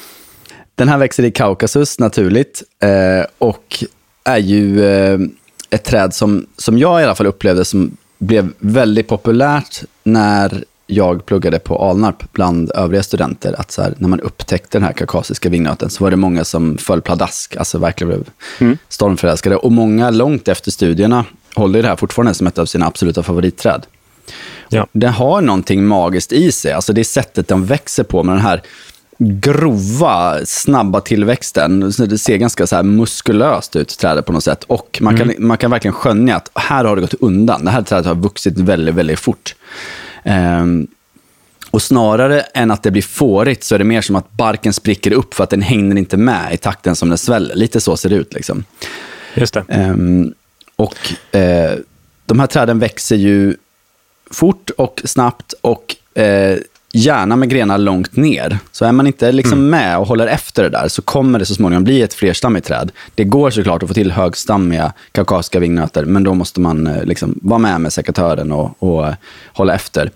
Den här växer i Kaukasus naturligt eh, och är ju eh, ett träd som, som jag i alla fall upplevde som blev väldigt populärt när jag pluggade på Alnarp bland övriga studenter, att så här, när man upptäckte den här kaukasiska vingnöten så var det många som föll pladask, alltså verkligen blev mm. stormförälskade. Och många långt efter studierna håller det här fortfarande som ett av sina absoluta favoritträd. Ja. Det har någonting magiskt i sig, alltså det är sättet de växer på med den här grova, snabba tillväxten. Det ser ganska så här muskulöst ut, trädet på något sätt. Och man kan, mm. man kan verkligen skönja att här har det gått undan. Det här trädet har vuxit väldigt, väldigt fort. Um, och snarare än att det blir fårigt så är det mer som att barken spricker upp för att den hänger inte med i takten som den sväller. Lite så ser det ut liksom. Just det. Um, och uh, de här träden växer ju fort och snabbt och uh, gärna med grenar långt ner. Så är man inte liksom mm. med och håller efter det där så kommer det så småningom bli ett flerstammigt träd. Det går såklart att få till högstammiga kaukasiska vingnötter, men då måste man liksom vara med med sekatören och, och hålla efter.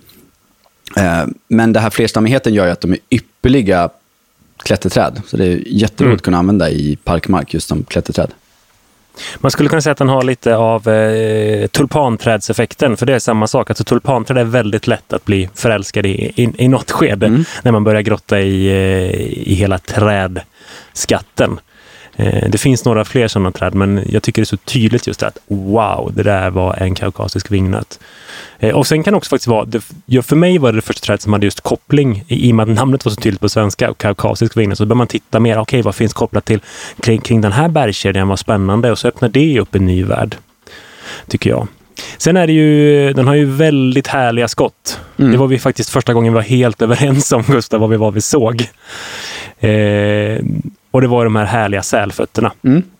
Eh, men det här flerstammigheten gör ju att de är ypperliga klätterträd. Så det är jätteroligt mm. att kunna använda i parkmark just som klätterträd. Man skulle kunna säga att den har lite av eh, tulpanträdseffekten, för det är samma sak. Alltså, tulpanträd är väldigt lätt att bli förälskad i, i, i något skede mm. när man börjar grotta i, i hela trädskatten. Eh, det finns några fler sådana träd, men jag tycker det är så tydligt just att wow, det där var en kaukasisk vingnöt. Eh, och sen kan det också faktiskt vara, det, ja, för mig var det det första trädet som hade just koppling, i, i och med att namnet var så tydligt på svenska, och kaukasisk vingnöt, så bör man titta mer, okej, okay, vad finns kopplat till kring, kring den här bergskedjan, var spännande, och så öppnar det upp en ny värld, tycker jag. Sen är det ju, den har ju väldigt härliga skott. Mm. Det var vi faktiskt första gången vi var helt överens om, Gustav, vad vi var vi såg. Eh, och det var de här härliga sälfötterna. Mm.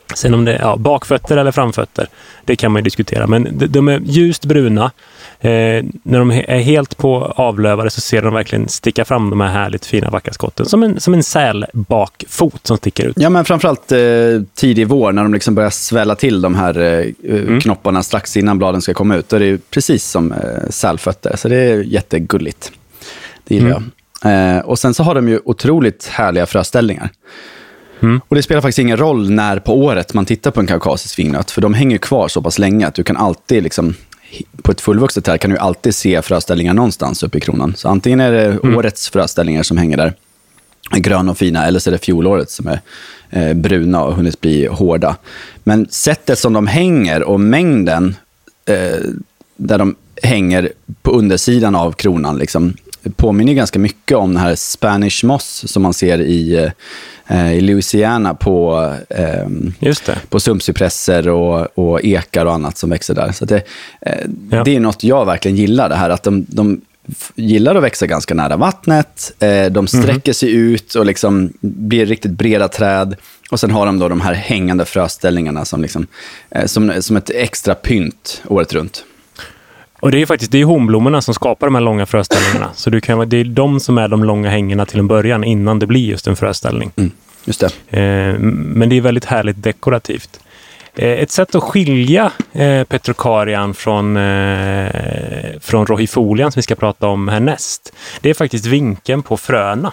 Sen om det är ja, bakfötter eller framfötter, det kan man ju diskutera. Men de, de är ljust bruna. Eh, när de är helt på avlövade så ser de verkligen sticka fram de här härligt fina vackra skotten. Som en, som en sälbakfot som sticker ut. Ja, men framförallt eh, tidig vår när de liksom börjar svälla till de här eh, mm. knopparna strax innan bladen ska komma ut. Då är det ju precis som eh, sälfötter. Så det är jättegulligt. Det gillar mm. jag. Eh, och sen så har de ju otroligt härliga fröställningar. Mm. Och det spelar faktiskt ingen roll när på året man tittar på en kaukasisk vingnöt, för de hänger kvar så pass länge att du kan alltid liksom, på ett fullvuxet här kan du alltid se fröställningar någonstans uppe i kronan. Så antingen är det mm. årets fröställningar som hänger där, gröna och fina, eller så är det fjolåret som är eh, bruna och hunnit bli hårda. Men sättet som de hänger och mängden eh, där de hänger på undersidan av kronan liksom, påminner ganska mycket om den här Spanish moss som man ser i, eh, i Louisiana på, eh, Just det. på sumpcypresser och, och ekar och annat som växer där. Så det, eh, ja. det är något jag verkligen gillar, det här att de, de gillar att växa ganska nära vattnet. Eh, de sträcker mm. sig ut och liksom blir riktigt breda träd. Och sen har de då de här hängande fröställningarna som, liksom, eh, som, som ett extra pynt året runt. Och det är faktiskt det är honblommorna som skapar de här långa fröställningarna. Så du kan, det är de som är de långa hängena till en början innan det blir just en fröställning. Mm, just det. Eh, men det är väldigt härligt dekorativt. Eh, ett sätt att skilja eh, Petrocarian från, eh, från rohifolian som vi ska prata om härnäst, det är faktiskt vinkeln på fröna.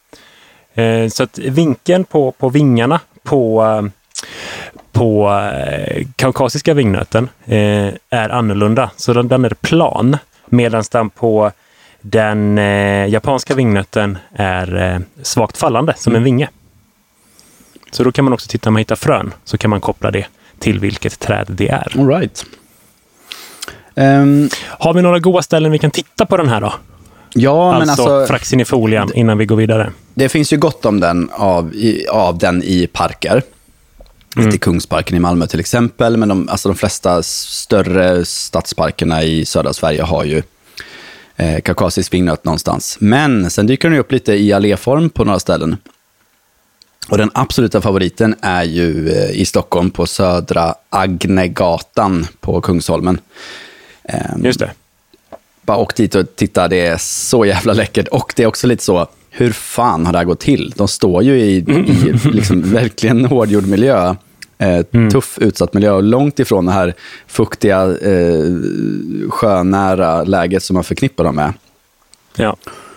Eh, så att vinkeln på, på vingarna på... Eh, på eh, kaukasiska vingnöten eh, är annorlunda. Så den, den är plan, medan den på den eh, japanska vingnöten är eh, svagt fallande, som en vinge. Så då kan man också titta, om man hittar frön, så kan man koppla det till vilket träd det är. All right. Um, Har vi några goda ställen vi kan titta på den här då? Ja, alltså, men alltså... fraxinifolian, innan vi går vidare. Det finns ju gott om den av, i, av den i parker. Mm. Till Kungsparken i Malmö till exempel, men de, alltså de flesta större stadsparkerna i södra Sverige har ju eh, kaukasisk vingnöt någonstans. Men sen dyker den upp lite i alléform på några ställen. Och den absoluta favoriten är ju eh, i Stockholm på Södra Agnegatan på Kungsholmen. Eh, Just det. Bara åk dit och titta, det är så jävla läckert. Och det är också lite så, hur fan har det här gått till? De står ju i, i liksom verkligen hårdgjord miljö. Eh, mm. Tuff, utsatt miljö och långt ifrån det här fuktiga, eh, sjönära läget som man förknippar dem med. Ja.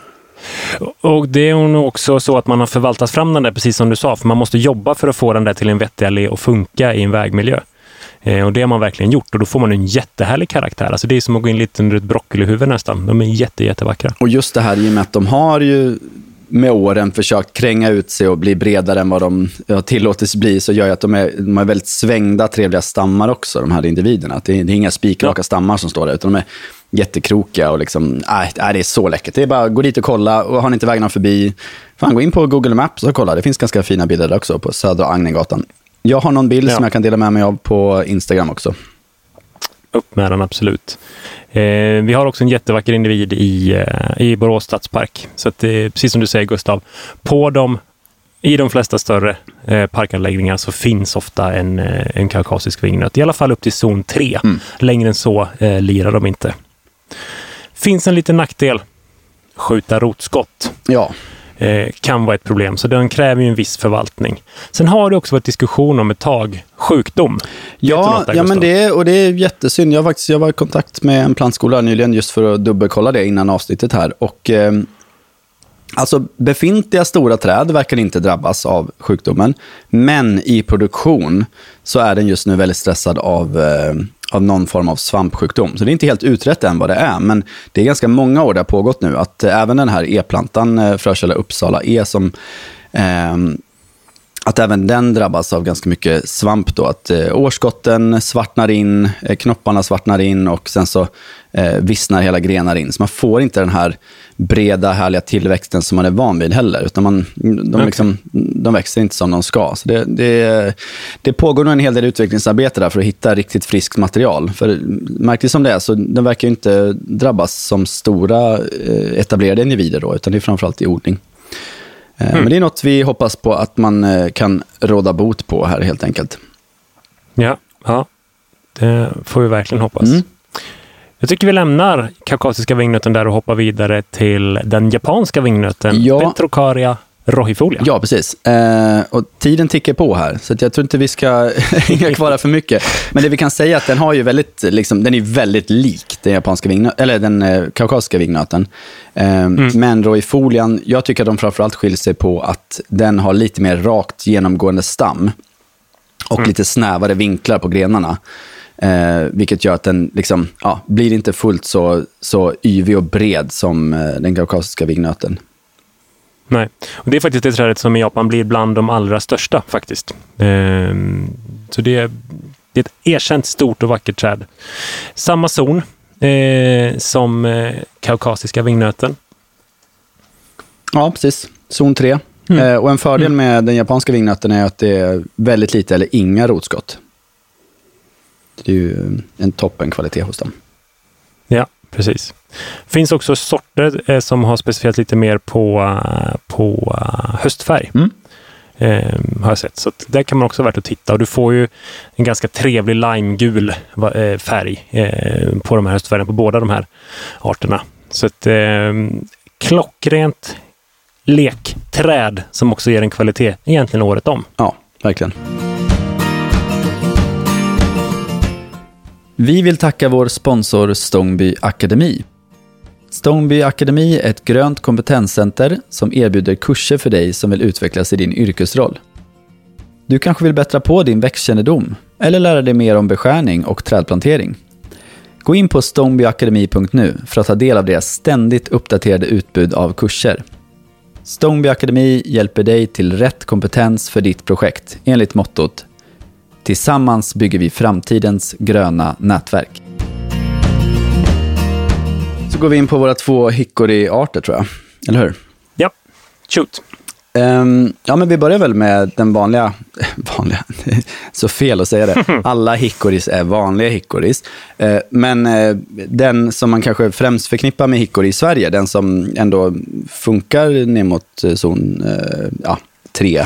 Och det är nog också så att man har förvaltat fram den där, precis som du sa, för man måste jobba för att få den där till en vettig allé och funka i en vägmiljö. Eh, och det har man verkligen gjort, och då får man en jättehärlig karaktär. Alltså det är som att gå in lite under ett broccolihuvud nästan. De är jätte, jättevackra. Och just det här i och med att de har ju med åren försökt kränga ut sig och bli bredare än vad de har tillåtits bli, så gör ju att de är, de är väldigt svängda, trevliga stammar också, de här individerna. Att det, är, det är inga spikraka ja. stammar som står där, utan de är jättekrokiga och liksom, nej, det är så läckert. Det är bara gå dit och kolla, och har ni inte vägarna förbi, fan, gå in på Google Maps och kolla. Det finns ganska fina bilder där också på Södra Agnegatan. Jag har någon bild ja. som jag kan dela med mig av på Instagram också. Upp med den, absolut. Eh, vi har också en jättevacker individ i, eh, i Borås stadspark. Så att det är precis som du säger, Gustav, på de, i de flesta större eh, parkanläggningar så finns ofta en, eh, en kaukasisk vingnöt. I alla fall upp till zon tre. Mm. Längre än så eh, lirar de inte. Finns en liten nackdel. Skjuta rotskott. Ja. Eh, kan vara ett problem. Så den kräver ju en viss förvaltning. Sen har det också varit diskussion om ett tag sjukdom. Ja, där, ja men det, och det är jättesynd. Jag, faktiskt, jag var i kontakt med en plantskola nyligen just för att dubbelkolla det innan avsnittet här. Och eh, alltså befintliga stora träd verkar inte drabbas av sjukdomen. Men i produktion så är den just nu väldigt stressad av... Eh, av någon form av svampsjukdom. Så det är inte helt utrett än vad det är, men det är ganska många år det har pågått nu att eh, även den här e-plantan, eh, Frökälla Uppsala E, som eh, att även den drabbas av ganska mycket svamp då, att eh, årskotten svartnar in, eh, knopparna svartnar in och sen så eh, vissnar hela grenar in. Så man får inte den här breda, härliga tillväxten som man är van vid heller, utan man, de, okay. liksom, de växer inte som de ska. Så det, det, det pågår nog en hel del utvecklingsarbete där för att hitta riktigt friskt material. För märkligt som det är så den verkar ju inte drabbas som stora eh, etablerade individer då, utan det är framförallt i odling. Mm. Men det är något vi hoppas på att man kan råda bot på här helt enkelt. Ja, ja. Det får vi verkligen hoppas. Mm. Jag tycker vi lämnar kaukasiska vingnöten där och hoppar vidare till den japanska vingnöten. Ja. Petrocaria rohifolia. Ja, precis. Eh, och tiden tickar på här, så att jag tror inte vi ska hänga kvar för mycket. Men det vi kan säga är att den har ju väldigt, liksom, den är väldigt lik den japanska vingnöten, eller den eh, kaukasiska vingnöten. Eh, mm. Men rohifolian, jag tycker att de framförallt skiljer sig på att den har lite mer rakt genomgående stam och mm. lite snävare vinklar på grenarna. Eh, vilket gör att den liksom, ja, blir inte fullt så, så yvig och bred som eh, den kaukasiska vingnöten. Nej, och det är faktiskt det trädet som i Japan blir bland de allra största faktiskt. Eh, så det är, det är ett erkänt stort och vackert träd. Samma zon eh, som eh, kaukasiska vingnöten. Ja, precis. Zon tre. Mm. Eh, och en fördel mm. med den japanska vingnöten är att det är väldigt lite eller inga rotskott. Det är ju en toppen kvalitet hos dem. Ja, precis. Finns också sorter eh, som har specificerat lite mer på, på uh, höstfärg. Mm. Eh, har jag sett. Så att där kan man också vara värt att titta. Och du får ju en ganska trevlig limegul eh, färg eh, på de här höstfärgerna, på båda de här arterna. Så ett eh, klockrent lekträd som också ger en kvalitet egentligen året om. Ja, verkligen. Vi vill tacka vår sponsor Stångby Akademi. Stångby Akademi är ett grönt kompetenscenter som erbjuder kurser för dig som vill utvecklas i din yrkesroll. Du kanske vill bättra på din växtkännedom eller lära dig mer om beskärning och trädplantering. Gå in på stångbyakademi punkt nu för att ta del av deras ständigt uppdaterade utbud av kurser. Stångby Akademi hjälper dig till rätt kompetens för ditt projekt enligt mottot: tillsammans bygger vi framtidens gröna nätverk. Så går vi in på våra två hickory-arter, tror jag. Eller hur? Ja, shoot. Um, ja, men vi börjar väl med den vanliga... vanliga, så fel att säga det. Alla hickorys är vanliga hickorys. Uh, men uh, den som man kanske främst förknippar med hickory i Sverige, den som ändå funkar ner mot zon uh, ja, tre,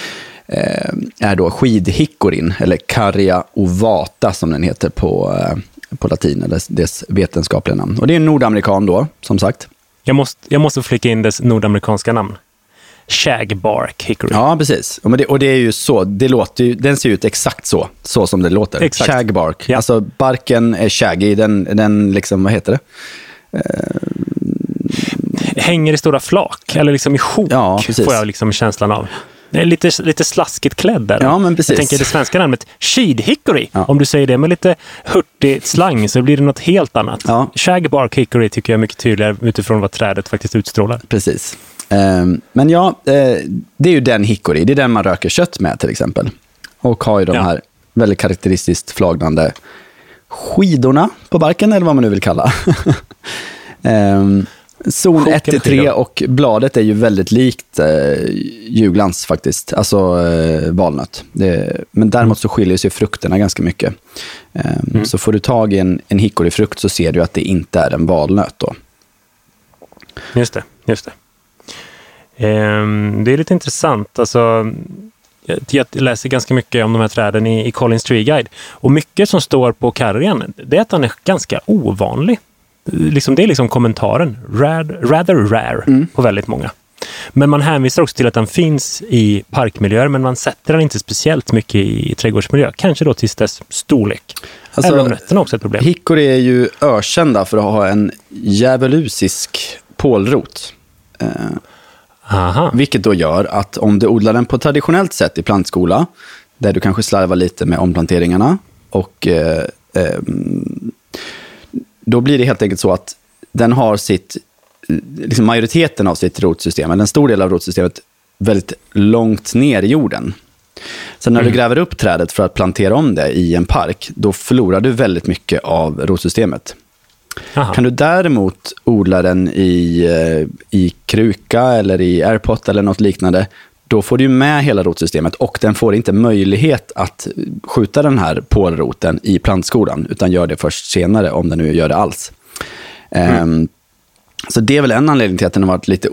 är då skidhickorin, eller Carya ovata som den heter på, på latin, eller dess vetenskapliga namn. Och det är en nordamerikan då, som sagt. Jag måste, jag måste flika in dess nordamerikanska namn. Shagbark hickory. Ja, precis. Och det, och det är ju så, det låter ju, den ser ut exakt så, så som det låter. Exakt. Shagbark. Ja. Alltså barken är shaggy, den, den liksom, vad heter det? Uh... Hänger i stora flak, eller liksom ihop, ja, får jag liksom känslan av. Det är lite, lite slaskigt klädd där. Ja, men precis. Jag tänker det svenska namnet skidhickory. Ja. Om du säger det med lite hurtig slang så blir det något helt annat. Ja. Shagbark hickory tycker jag är mycket tydligare utifrån vad trädet faktiskt utstrålar. Precis. Um, men ja, uh, det är ju den hickory. Det är den man röker kött med till exempel. Och har ju de ja. här väldigt karaktäristiskt flagnande skidorna på barken, eller vad man nu vill kalla. um, Zon ett till tre och bladet är ju väldigt likt eh, julglans faktiskt, alltså eh, valnöt. Det, men däremot så skiljer sig frukterna ganska mycket. Eh, mm. Så får du tag i en, en hickoryfrukt så ser du att det inte är en valnöt då. Just det, just det. Eh, det är lite intressant. Alltså, jag, jag läser ganska mycket om de här träden i, i Collins Tree Guide. Och mycket som står på karriän, det är att den är ganska ovanlig. Liksom, det är liksom kommentaren. Rad, rather rare mm. på väldigt många. Men man hänvisar också till att den finns i parkmiljöer, men man sätter den inte speciellt mycket i trädgårdsmiljö. Kanske då till dess storlek. Alltså, även om nötterna också är ett problem. Hickory är ju ökända för att ha en djävulusisk pålrot. Eh, Aha. Vilket då gör att om du odlar den på traditionellt sätt i plantskola, där du kanske slarvar lite med omplanteringarna och eh, eh, då blir det helt enkelt så att den har sitt, liksom majoriteten av sitt rotsystem, eller en stor del av rotsystemet, väldigt långt ner i jorden. Så när mm. du gräver upp trädet för att plantera om det i en park, då förlorar du väldigt mycket av rotsystemet. Aha. Kan du däremot odla den i, i kruka eller i airpot eller något liknande, då får du med hela rotsystemet och den får inte möjlighet att skjuta den här pålroten i plantskolan, utan gör det först senare, om den nu gör det alls. Mm. Um, så det är väl en anledning till att den har varit lite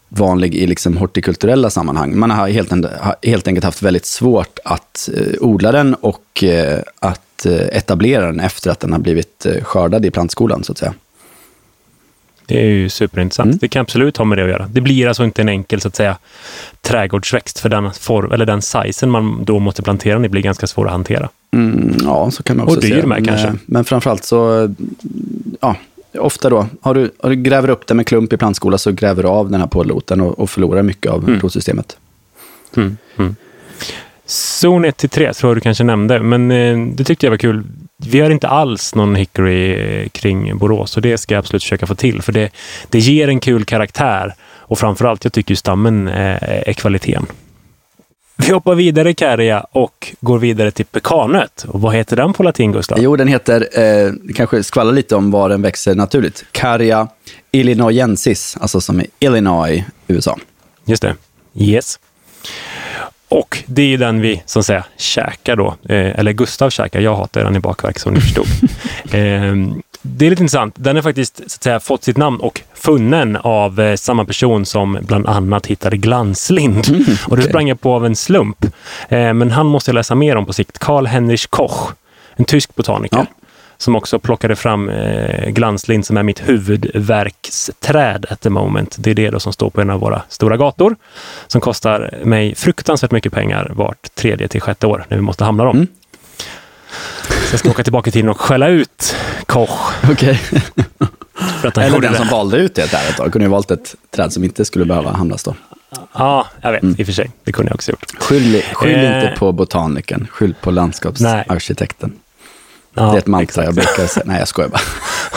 vanlig i liksom hortikulturella sammanhang. Man har helt, har helt enkelt haft väldigt svårt att eh, odla den och eh, att eh, etablera den efter att den har blivit eh, skördad i plantskolan, så att säga. Det är ju superintressant. Mm. Det kan absolut ha med det att göra. Det blir alltså inte en enkel, så att säga, trädgårdsväxt, för den form, eller den sizen man då måste plantera den, det blir ganska svår att hantera. Mm, ja, så kan man också och dyr säga. med, kanske. Men, men framförallt så, ja, ofta då, har du, har du gräver upp den med klump i plantskola, så gräver du av den här påloten och, och förlorar mycket av mm. rotsystemet. Mm. Mm. Zon ett till tre tror jag du kanske nämnde, men eh, det tyckte jag var kul. Vi har inte alls någon hickory eh, kring Borås, och det ska jag absolut försöka få till, för det, det ger en kul karaktär, och framförallt jag tycker ju stammen eh, är kvaliteten. Vi hoppar vidare, Karja, och går vidare till pekanet. Och vad heter den på latin, Gustav? Jo, den heter, eh, kanske skvallrar lite om var den växer naturligt. Karja illinoisensis, alltså som i Illinois, U S A. Just det. Yes. Och det är den vi, som säger, käkar då. Eh, eller Gustav käkar. Jag hatar den i bakverk, som ni förstod. eh, det är lite intressant. Den har faktiskt, så att säga, fått sitt namn och funnen av eh, samma person som bland annat hittade glanslind. Mm, okay. Och det sprang jag på av en slump. Eh, men han måste jag läsa mer om på sikt. Karl Heinrich Koch, en tysk botaniker. Ja. Som också plockade fram eh, glanslind, som är mitt huvudverksträd at the moment. Det är det då som står på en av våra stora gator. Som kostar mig fruktansvärt mycket pengar vart tredje till sjätte år när vi måste hamna dem. Mm. Så jag ska åka tillbaka till och skälla ut Koch. Okej. Okay. Eller den det. Som valde ut det trädet då. Kunde ju valt ett träd som inte skulle behöva hamnas då. Ja, jag vet. Mm. I och för sig. Det kunde jag också gjort. Skyll, skyll eh. inte på botaniken. Skyll på landskapsarkitekten. Ja, det är ett mantra exakt. Jag brukar säga. Nej, jag skojar bara.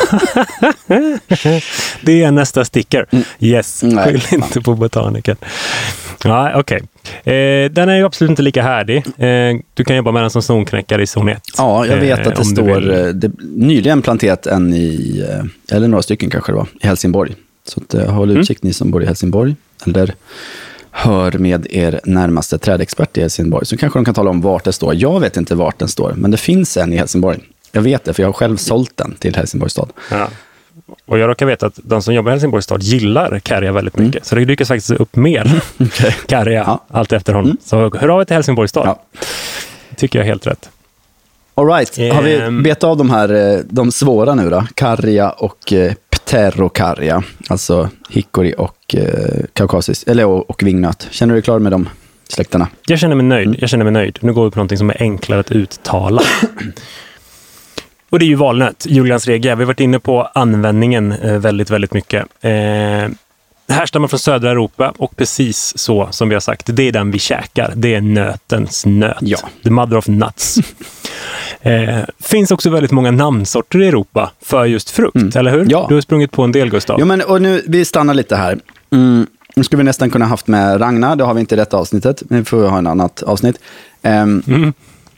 Det är nästa sticker. Mm. Yes, Nej, skyll fan. inte på botaniken. Ja, okej. Okay. Eh, den är ju absolut inte lika härdig. Eh, du kan jobba med den som zonknäckare i zon ett. Ja, jag vet att det eh, står det, nyligen planterat en i, eller några stycken kanske det var, i Helsingborg. Så att, håll utsikt mm. ni som bor i Helsingborg. Eller hör med er närmaste trädexpert i Helsingborg, så kanske de kan tala om vart det står. Jag vet inte vart den står, men det finns en i Helsingborg. Jag vet det, för jag har själv sålt den till Helsingborgs stad. Ja. Och jag råkar veta att de som jobbar i Helsingborgs stad gillar Karja väldigt mycket. Mm. Så det dyker faktiskt upp mer okay. Karja, ja. allt efter honom. Mm. Så hör av er till Helsingborgs stad. Ja. Det tycker jag är helt rätt. All right. Um, har vi bet av de här, de svåra nu då? Karja och eh, pterokarja. Alltså hickory och eh, kaukasis, eller och, och vingnöt. Känner du dig klar med de släkterna? Jag känner mig nöjd. Mm. Jag känner mig nöjd. Nu går vi på någonting som är enklare att uttala. Och det är ju valnöt, julgransrega. Vi har varit inne på användningen eh, väldigt, väldigt mycket. Eh, härstammar från södra Europa, och precis så som vi har sagt, det är den vi käkar. Det är nötens nöt. Ja. The mother of nuts. eh, finns också väldigt många namnsorter i Europa för just frukt, mm. eller hur? Ja. Du har sprungit på en del, Gustav. Jo, men och nu, vi stannar lite här. Mm, nu skulle vi nästan kunna haft med Ragnar, det har vi inte i detta avsnittet. Men vi får ha en annat avsnitt. Um, mm.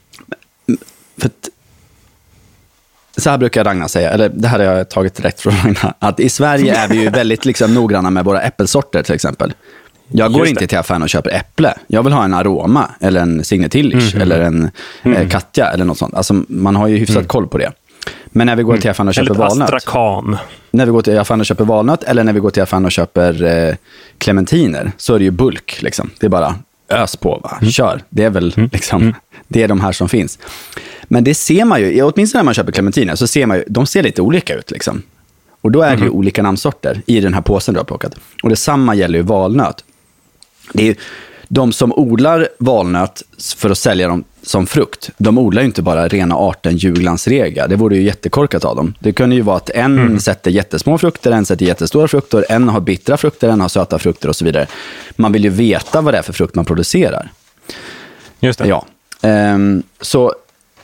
För att så här brukar Ragnar säga, eller det här har jag tagit direkt från Ragnar, att i Sverige är vi ju väldigt liksom noggranna med våra äppelsorter till exempel. Jag går inte till affären och köper äpple. Jag vill ha en aroma, eller en signetillish, mm. eller en mm. eh, katja, eller något sånt. Alltså man har ju hyfsat mm. koll på det. Men när vi går till affären och köper valnöt. Astrakan. När vi går till affären och köper valnöt, eller när vi går till affären och köper eh, clementiner, så är det ju bulk liksom. Det är bara ös på, va? Kör. Det är väl mm. liksom, mm. det är de här som finns. Men det ser man ju, åtminstone när man köper clementiner, så ser man ju, de ser lite olika ut liksom. Och då är det mm. ju olika namnsorter i den här påsen du har plockat. Och detsamma gäller ju valnöt. Det är ju de som odlar valnöt för att sälja dem som frukt. De odlar ju inte bara rena arten julgransrega. Det vore ju jättekorkat av dem. Det kunde ju vara att en mm. sätter jättesmå frukter, en sätter jättestora frukter, en har bittra frukter, en har söta frukter och så vidare. Man vill ju veta vad det är för frukt man producerar. Just det. Ja. Um, så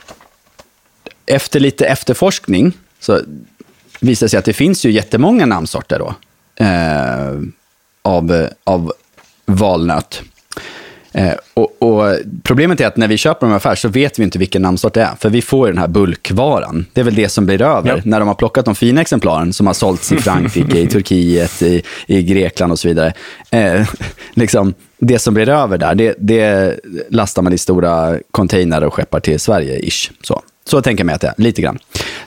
efter lite efterforskning så visar det sig att det finns ju jättemånga namnsorter då eh, av, av valnöt. Eh, och, och problemet är att när vi köper dem i affär så vet vi inte vilken namnsort det är. För vi får ju den här bulkvaran. Det är väl det som blir över. Ja. När de har plockat de fina exemplaren som har sålts i Frankrike, i Turkiet, i, i Grekland och så vidare. Eh, liksom, det som blir över där, det, det lastar man i stora container och skeppar till Sverige, ish. Så. Så tänker jag mig att det är, lite grann.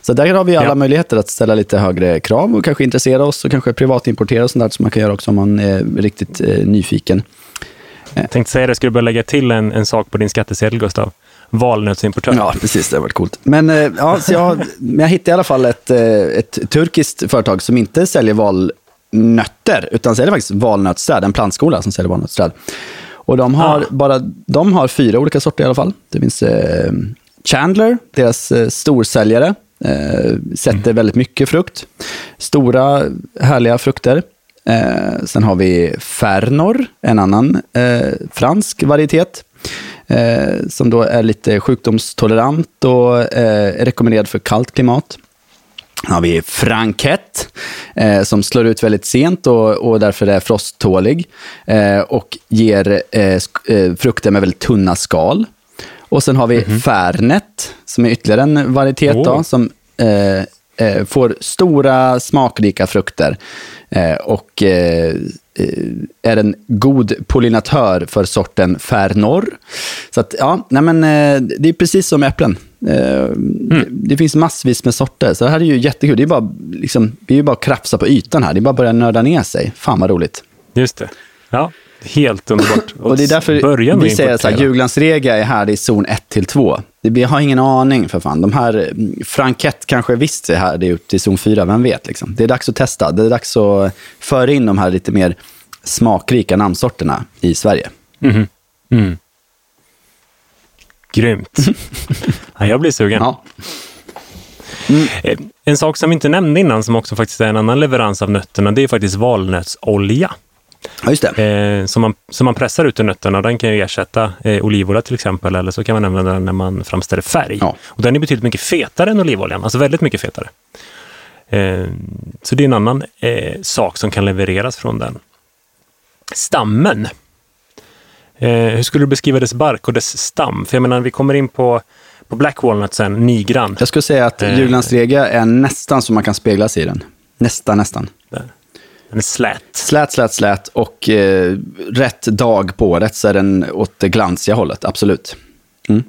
Så där har vi alla Ja. möjligheter att ställa lite högre krav och kanske intressera oss och kanske privatimportera och sånt där som man kan göra också om man är riktigt eh, nyfiken. Jag tänkte säga det, skulle du börja lägga till en, en sak på din skattesedel, Gustav? Valnötsimportör. Ja, precis. Det har varit coolt. Men, eh, ja, så jag, men jag hittade i alla fall ett, eh, ett turkiskt företag som inte säljer valnötter, utan säljer faktiskt valnötsträd, en plantskola som säljer valnötsträd. Och de har, Ah. bara, de har fyra olika sorter i alla fall. Det finns eh, Chandler, deras eh, storsäljare, eh, sätter mm. väldigt mycket frukt. Stora, härliga frukter. Eh, sen har vi Fernor, en annan eh, fransk varietet. Eh, som då är lite sjukdomstolerant och eh, är rekommenderad för kallt klimat. Sen har vi Franquette eh, som slår ut väldigt sent och, och därför är frosttålig eh, och ger eh, sk- eh, frukter med väldigt tunna skal. Och sen har vi mm-hmm. Fernet som är ytterligare en varietet oh. då, som eh, eh, får stora smakrika frukter eh, och eh, är en god pollinatör för sorten Fernor. Så att, ja, nej men, det är precis som äpplen. Mm. Det finns massvis med sorter. Så det här är ju jättekul. Det är bara, liksom, vi är ju bara att krafsa på ytan här. Det är bara att börja nörda ner sig. Fan vad roligt. Just det. Ja, helt underbart. Och det är därför vi säger så här, Juglandsrega är här i zon ett till två. Vi har ingen aning för fan. De här Franquette kanske visst är här, det är upp till zon fyra, vem vet liksom. Det är dags att testa. Det är dags att föra in de här lite mer smakrika namnsorterna i Sverige. Mm. Mm. Grymt. Ja, jag blir sugen. Ja. Mm. En sak som vi inte nämnde innan, som också faktiskt är en annan leverans av nötterna, det är faktiskt valnötsolja. Ja, just det. Eh, som, man, som man pressar ut ur nötterna. Den kan ju ersätta eh, olivolja till exempel, eller så kan man använda den när man framställer färg. Ja. Och den är betydligt mycket fetare än olivoljan, alltså väldigt mycket fetare. Eh, så det är en annan eh, sak som kan levereras från den. Stammen. Eh, hur skulle du beskriva dess bark och dess stam? För jag menar, vi kommer in på, på Black Walnut sen, nygrann. Jag skulle säga att eh, Juglandsrega är nästan som man kan spegla sig i den. Nästan, nästan. Där. Den är slät. Slät, slät, slät. Och eh, rätt dag på året så är den åt det glansiga hållet, absolut. Mm.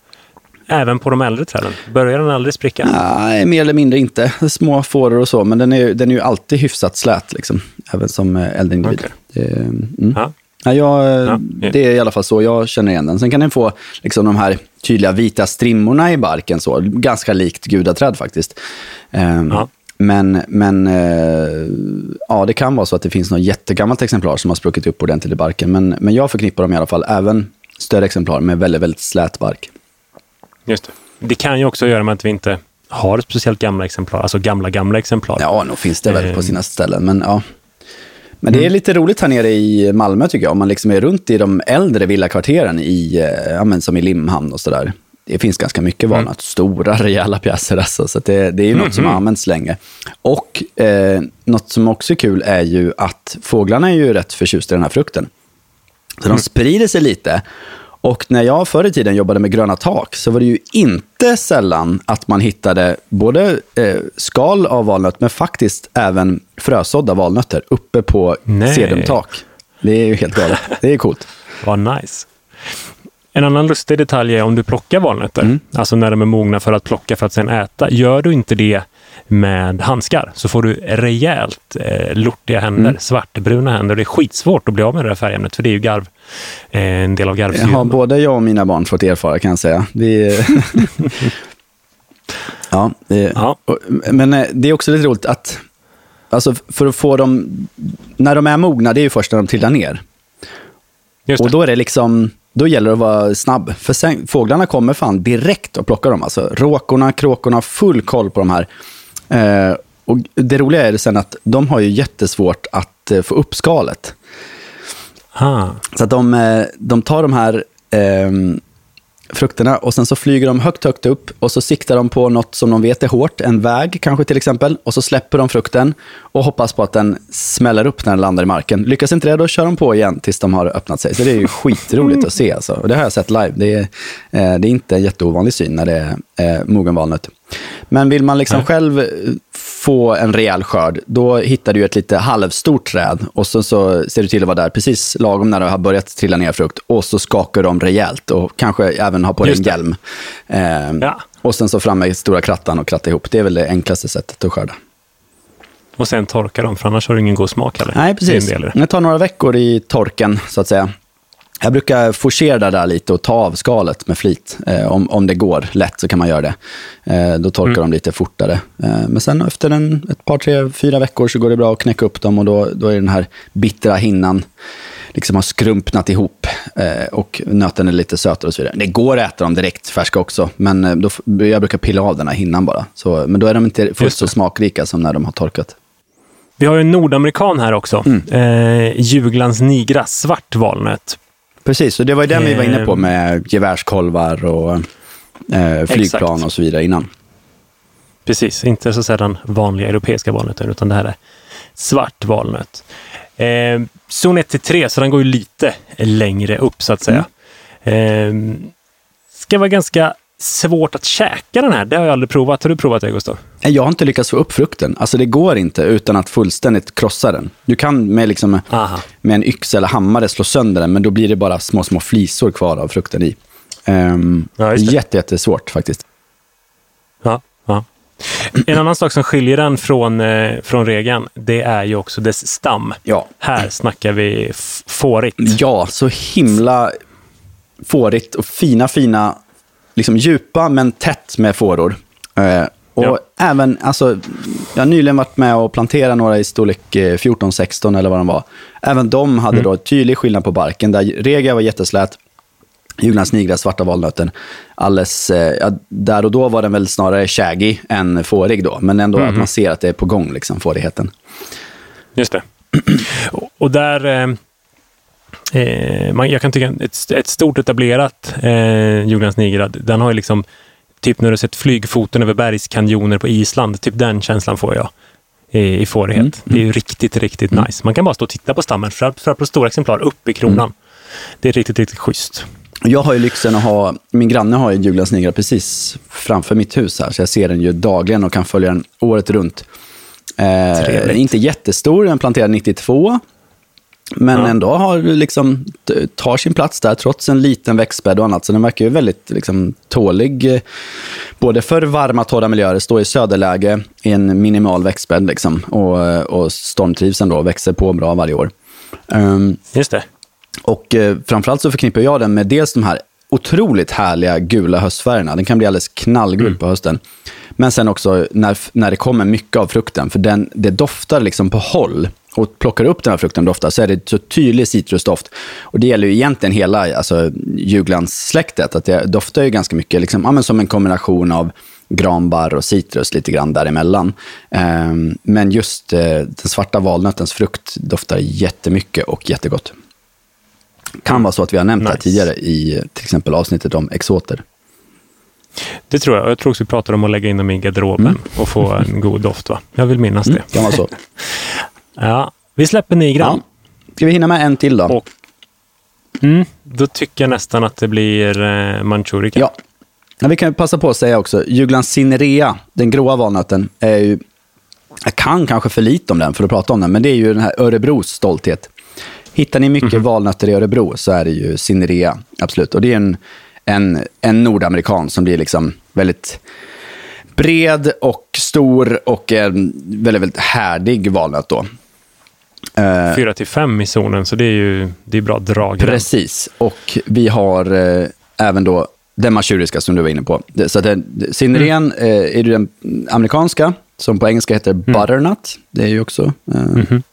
Även på de äldre träden? Börjar den aldrig spricka? Nej, mer eller mindre inte. Små fåror och så, men den är, den är ju alltid hyfsat slät, liksom. Även som äldre individ. Okay. Det, mm. ja. Ja, jag, ja. Det är i alla fall så jag känner igen den. Sen kan den få liksom, de här tydliga vita strimmorna i barken. Så. Ganska likt gudaträd faktiskt. Um, ja. Men, men uh, ja, det kan vara så att det finns något jättegammalt exemplar som har spruckit upp ordentligt i barken. Men, men jag förknippar dem i alla fall, även större exemplar med väldigt, väldigt slät bark. Just det. Det kan ju också göra med att vi inte har speciellt gamla exemplar, alltså gamla, gamla exemplar. Ja, nog finns det väl på sina ställen, men ja. Men det är lite roligt här nere i Malmö tycker jag, om man liksom är runt i de äldre villakvarteren i, ja, men som i Limhamn och sådär. Det finns ganska mycket valnöt, mm. stora rejäla pjäser alltså, så att det, det är ju något mm-hmm. som har använts länge. Och eh, något som också är kul är ju att fåglarna är ju rätt förtjusta i den här frukten. Så mm. de sprider sig lite. Och när jag förr i tiden jobbade med gröna tak så var det ju inte sällan att man hittade både eh, skal av valnöt men faktiskt även frösådda valnötter uppe på sedumtak. Det är ju helt galet. Det är coolt. Vad nice. En annan lustig detalj är om du plockar valnötter, mm. alltså när de är mogna för att plocka för att sen äta. Gör du inte det med handskar så får du rejält eh, lortiga händer, mm. svartbruna händer. Det är skitsvårt att bli av med det här färgämnet för det är ju garv, eh, en del av garvsyran. Ja, både jag och mina barn fått erfara kan jag säga. Det ja, det, ja. Och, men det är också lite roligt att alltså för att få dem, när de är mogna, det är ju först när de trillar ner. Just det. Och då är det liksom, då gäller det att vara snabb. För sen, fåglarna kommer fan direkt och plockar dem. Alltså råkorna, kråkorna har full koll på de här. Eh, och det roliga är sen att de har ju jättesvårt att eh, få upp skalet. Ah. Så att de, eh, de tar de här eh, frukterna och sen så flyger de högt, högt upp och så siktar de på något som de vet är hårt, en väg kanske till exempel, och så släpper de frukten och hoppas på att den smäller upp när den landar i marken. Lyckas inte det, då kör de på igen tills de har öppnat sig. Så det är ju skitroligt att se alltså. Och det har jag sett live. Det är, eh, det är inte en jätteovanlig syn när det är eh, mogen valnöt. Men vill man liksom Nej. själv få en rejäl skörd, då hittar du ett lite halvstort träd och så, så ser du till att vara där precis lagom när det har börjat trilla ner frukt och så skakar de rejält och kanske även ha på dig en hjälm. Eh, ja. Och sen så fram med stora krattan och kratta ihop. Det är väl det enklaste sättet att skörda. Och sen torka dem, för annars har du ingen god smak heller. Nej, precis. Det, det tar några veckor i torken, så att säga. Jag brukar forcera det där lite och ta av skalet med flit. Eh, om, om det går lätt så kan man göra det. Eh, då torkar mm. de lite fortare. Eh, men sen efter en, ett par, tre, fyra veckor så går det bra att knäcka upp dem. Och då, då är den här bittra hinnan liksom har skrumpnat ihop. Eh, och nöten är lite sötare och så vidare. Det går att äta dem direkt färska också. Men eh, då, jag brukar pilla av den här hinnan bara. Så, men då är de inte fullt så smakrika som när de har torkat. Vi har ju en nordamerikan här också. Mm. Eh, Juglans nigra, svart valnöt. Precis, och det var ju den vi var inne på med gevärskolvar och eh, flygplan Exakt. Och så vidare innan. Precis, inte så sedan vanliga europeiska valnötter, utan det här är svart valnöt. Eh, zon ett till tre, så den går ju lite längre upp så att säga. Mm. Eh, ska vara ganska svårt att käka den här. Det har jag aldrig provat. Har du provat det, Gustav? Jag har inte lyckats få upp frukten. Alltså det går inte utan att fullständigt krossa den. Du kan med, liksom, med en yxa eller hammare slå sönder den, men då blir det bara små, små flisor kvar av frukten i. Um, ja, jätte, jättesvårt faktiskt. Ja, ja. En annan sak som skiljer den från, eh, från regeln, det är ju också dess stam. Ja. Här snackar vi f- fårigt. Ja, så himla fårigt och fina, fina liksom djupa men tätt med fåror. Eh, och ja. även, alltså, jag har nyligen varit med och plantera några i storlek fjorton sexton eller vad de var. Även de hade mm. då tydlig skillnad på barken. Där Regia var jätteslät, Juglans nigra, svarta valnöten. Alldeles, eh, ja, där och då var den väl snarare shaggy än fårig då. Men ändå mm. att man ser att det är på gång, liksom, fårigheten. Just det. Och där... Eh... Eh, man, jag kan tycka ett, ett stort etablerat eh, Juglans nigra, den har ju liksom typ när du har sett flygfoten över bergskanjoner på Island, typ den känslan får jag i, i fårighet. Mm. Det är ju riktigt, riktigt mm. nice. Man kan bara stå och titta på stammen för, för på stora exemplar upp i kronan. Mm. Det är riktigt, riktigt schysst. Jag har ju lyxen att ha, min granne har ju Juglans nigra precis framför mitt hus här, så jag ser den ju dagligen och kan följa den året runt. Eh, inte jättestor, den planterade nittiotvå. Men ja. ändå har liksom, tar sin plats där trots en liten växtbädd och annat. Så den verkar ju väldigt liksom, tålig. Både för varma, torra miljöer. Står i söderläge i en minimal växtbädd. Liksom, och, och stormtrivs ändå. Växer på bra varje år. Um, Just det. Och eh, framförallt så förknippar jag den med dels de här otroligt härliga gula höstfärgerna. Den kan bli alldeles knallgul mm. på hösten. Men sen också när, när det kommer mycket av frukten. För den, det doftar liksom på håll. Och plockar upp den här frukten doftar så är det så tydlig citrusdoft. Och det gäller ju egentligen hela alltså, Juglans släktet. Att det doftar ju ganska mycket liksom, ja, men som en kombination av granbarr och citrus lite grann däremellan. Um, men just uh, den svarta valnötens frukt doftar jättemycket och jättegott. Kan vara så att vi har nämnt nice. det tidigare i till exempel avsnittet om exoter. Det tror jag. Jag tror också vi pratar om att lägga in dem i garderoben mm. och få en god doft, va? Jag vill minnas mm, det. Kan vara så. Ja, vi släpper nigran. Ja. Ska vi hinna med en till då? Och, mm, då tycker jag nästan att det blir eh, manchurika. Ja. ja, vi kan passa på att säga också. Juglans cinerea, den gråa valnöten, är ju... Jag kan kanske för lite om den för att prata om den, men det är ju den här Örebros stolthet. Hittar ni mycket mm-hmm. valnötter i Örebro så är det ju cinerea, absolut. Och det är en, en, en nordamerikan som blir liksom väldigt... bred och stor och en väldigt, väldigt härdig valnöt då. fyra till fem i zonen, så det är ju det är bra drag. Precis, och vi har eh, även då den manchuriska som du var inne på. Så den, cinerean mm. eh, är den amerikanska, som på engelska heter mm. butternut. Det är ju också... Eh, mm-hmm.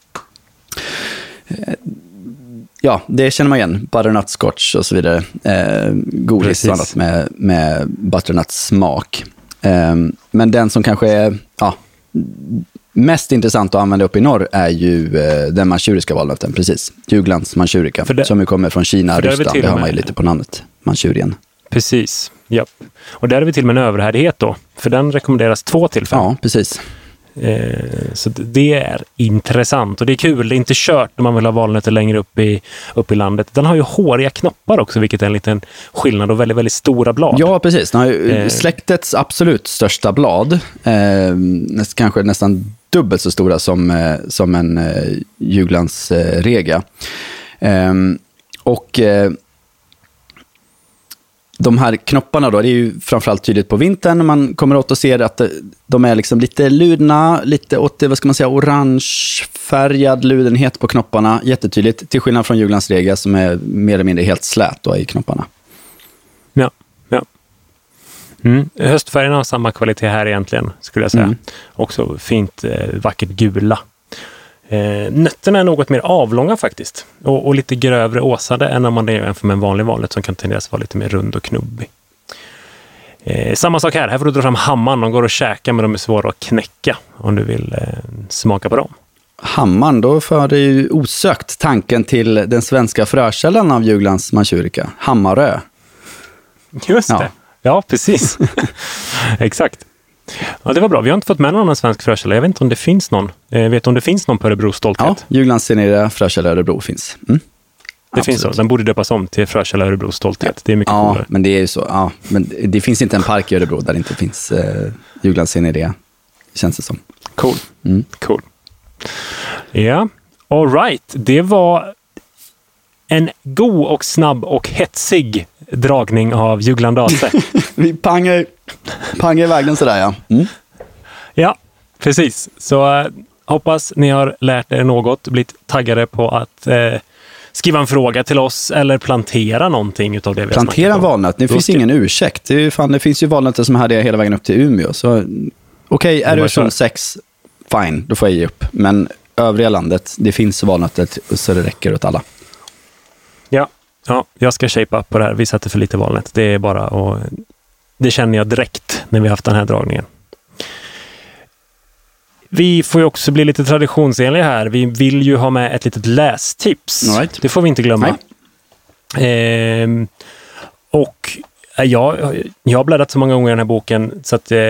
eh, ja, det känner man igen. Butternut scotch och så vidare. Eh, godis och annat med, med butternut smak. Um, men den som kanske är ja, mest intressant att använda upp i norr är ju uh, den manchuriska valnöten, precis. Juglans manchurika, det, som ju kommer från Kina, Ryssland. Det, det har man ju lite på namnet, Manchurien. Precis, ja. Och där är vi till med en överhärdighet då, för den rekommenderas två till fem. Ja, precis. Eh, så det är intressant och det är kul. Det är inte kört när man vill ha valnötter längre upp i, upp i landet. Den har ju håriga knoppar också, vilket är en liten skillnad och väldigt, väldigt stora blad. Ja, precis. Den har ju Eh. släktets absolut största blad. Eh, näst, kanske nästan dubbelt så stora som, eh, som en eh, Juglands eh, rega. Eh, och eh, de här knopparna då, det är ju framförallt tydligt på vintern när man kommer åt och ser att de är liksom lite ludna, lite åt det, vad ska man säga, orangefärgad ludenhet på knopparna, jättetydligt, till skillnad från Juglands rega som är mer eller mindre helt slät då i knopparna. Ja, ja. Mm. Höstfärgerna har samma kvalitet här egentligen, skulle jag säga. Mm. Också fint, eh, vackert gula. Eh, nötterna är något mer avlånga faktiskt. Och, och lite grövre åsade än om man är jämför med en vanlig valnöt som kan tenderas vara lite mer rund och knubbig. Eh, samma sak här. Här får du dra fram hammaren. De går att käka men de är svåra att knäcka om du vill eh, smaka på dem. Hammaren, då för det ju osökt tanken till den svenska frökällan av Juglands manchurica. Hammarö. Just det. Ja, ja precis. Exakt. Ja, det var bra. Vi har inte fått med någon annan svensk frökälla. Jag vet inte om det finns någon. Jag vet om det finns någon på Örebro Stolthet. Ja, Juglands Senera frökälla Örebro finns. Mm. Det Absolut. Finns så. Den borde döpas om till frökälla Örebro Stolthet. Ja. Det är mycket ja, coolare. Men det är ju så. Ja, men det finns inte en park i Örebro där det inte finns eh, Juglands Senera. Känns det som. Cool. Mm. Cool. Ja, all right. Det var en god och snabb och hetsig dragning av Juglandase. Vi pangar, pangar iväg den sådär, ja. Mm. Ja, precis. Så äh, hoppas ni har lärt er något, blivit taggade på att äh, skriva en fråga till oss eller plantera någonting utav det vi plantera har snackat om. Valnöt, det Då finns ska... ingen ursäkt. Det, är ju fan, det finns ju valnötter som hade hela vägen upp till Umeå. Så okej, okay, är du som sex, fine, då får jag ge upp. Men övriga landet, det finns valnötter så det räcker åt alla. Ja. Ja, jag ska shape up på det här. Vi sätter för lite valnöt. Det är bara och det känner jag direkt när vi har haft den här dragningen. Vi får ju också bli lite traditionsenliga här. Vi vill ju ha med ett litet lästips. Right. Det får vi inte glömma. Ehm, och ja, jag har bläddrat så många gånger i den här boken så att eh,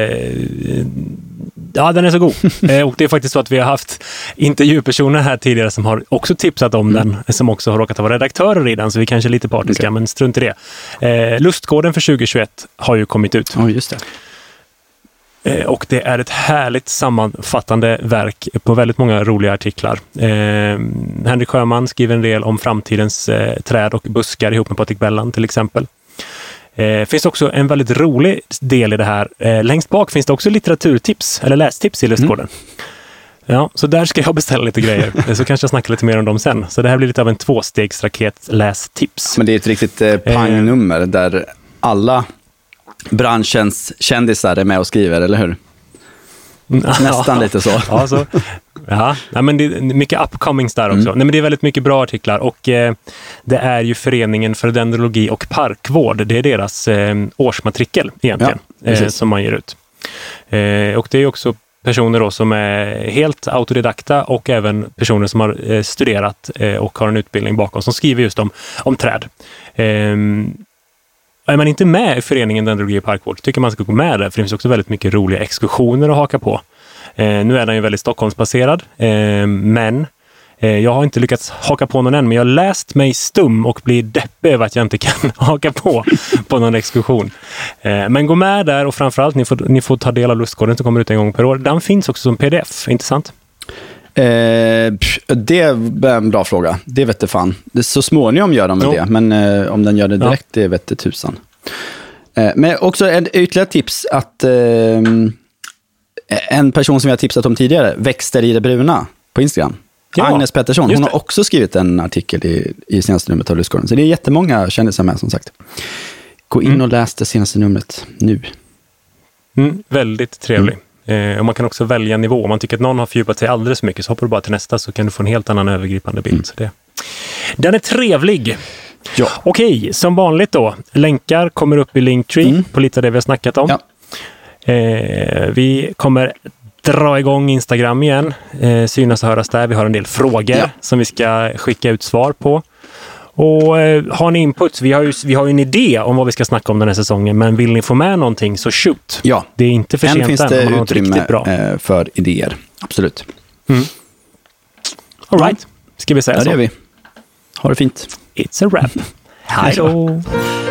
ja, den är så god. eh, och det är faktiskt så att vi har haft intervjupersoner här tidigare som har också tipsat om mm. den, som också har råkat vara redaktörer i den, så vi kanske är lite partiska, okay. men strunt i det. Eh, Lustgården för tjugohundratjugoett har ju kommit ut. Ja, oh, just det. Eh, och det är ett härligt sammanfattande verk på väldigt många roliga artiklar. Eh, Henrik Sjöman skriver en del om framtidens eh, träd och buskar ihop med Patrik Bellan till exempel. Det eh, finns också en väldigt rolig del i det här. Eh, längst bak finns det också litteraturtips eller lästips i Lustgården. Mm. Ja, så där ska jag beställa lite grejer. Så kanske jag snackar lite mer om dem sen. Så det här blir lite av en tvåstegsraket lästips. Men det är ett riktigt eh, pangnummer eh. där alla branschens kändisar är med och skriver, eller hur? Nästan ja, lite så. Ja, så. Ja, ja, men det är mycket upcomings där också. Mm. Nej, men det är väldigt mycket bra artiklar och eh, det är ju Föreningen för dendrologi och parkvård. Det är deras eh, årsmatrikel egentligen ja, eh, som man ger ut. Eh, och det är också personer då som är helt autodidakta och även personer som har eh, studerat eh, och har en utbildning bakom som skriver just om, om träd. Eh, Är man inte med i Föreningen dendrologi och parkvård tycker man ska gå med där, för det finns också väldigt mycket roliga exkursioner att haka på. Eh, nu är den ju väldigt Stockholmsbaserad, eh, men eh, jag har inte lyckats haka på någon än, men jag har läst mig stum och blir deppig över att jag inte kan haka på på någon exkursion. Eh, men gå med där och framförallt ni får, ni får ta del av Lustgården som kommer ut en gång per år. Den finns också som pdf, inte sant? Eh, det är en bra fråga. Det vet jag fan. Det, så småningom gör de jo. det, men eh, om den gör det direkt, ja. det vet det tusan. Eh, men också en ytterligare tips att eh, en person som vi har tipsat om tidigare, Växter i det bruna på Instagram. Ja, Agnes Pettersson, hon har också skrivit en artikel i, i senaste numret av Lustgården. Så det är jättemånga kändisar med, som sagt. Gå in mm. och läs det senaste numret nu. Mm, väldigt trevlig. Mm. Eh, och man kan också välja nivå. Om man tycker att någon har fördjupat sig alldeles för mycket så hoppar du bara till nästa, så kan du få en helt annan övergripande bild. Mm. Så det. Den är trevlig. Ja. Okej, som vanligt då. Länkar kommer upp i Linktree mm. på lite av det vi har snackat om. Ja. Eh, vi kommer dra igång Instagram igen. Eh, synas och höras där. Vi har en del frågor ja. som vi ska skicka ut svar på. Och eh, har ni input, vi har, ju, vi har ju en idé om vad vi ska snacka om den här säsongen, men vill ni få med någonting så shoot. Ja. Det är inte för än sent finns än, det man har något utrymme riktigt bra. eh, för idéer. Absolut. Mm. All right. Ska vi säga ja, så? Ja, det gör vi. Ha det fint. It's a wrap. Hej då.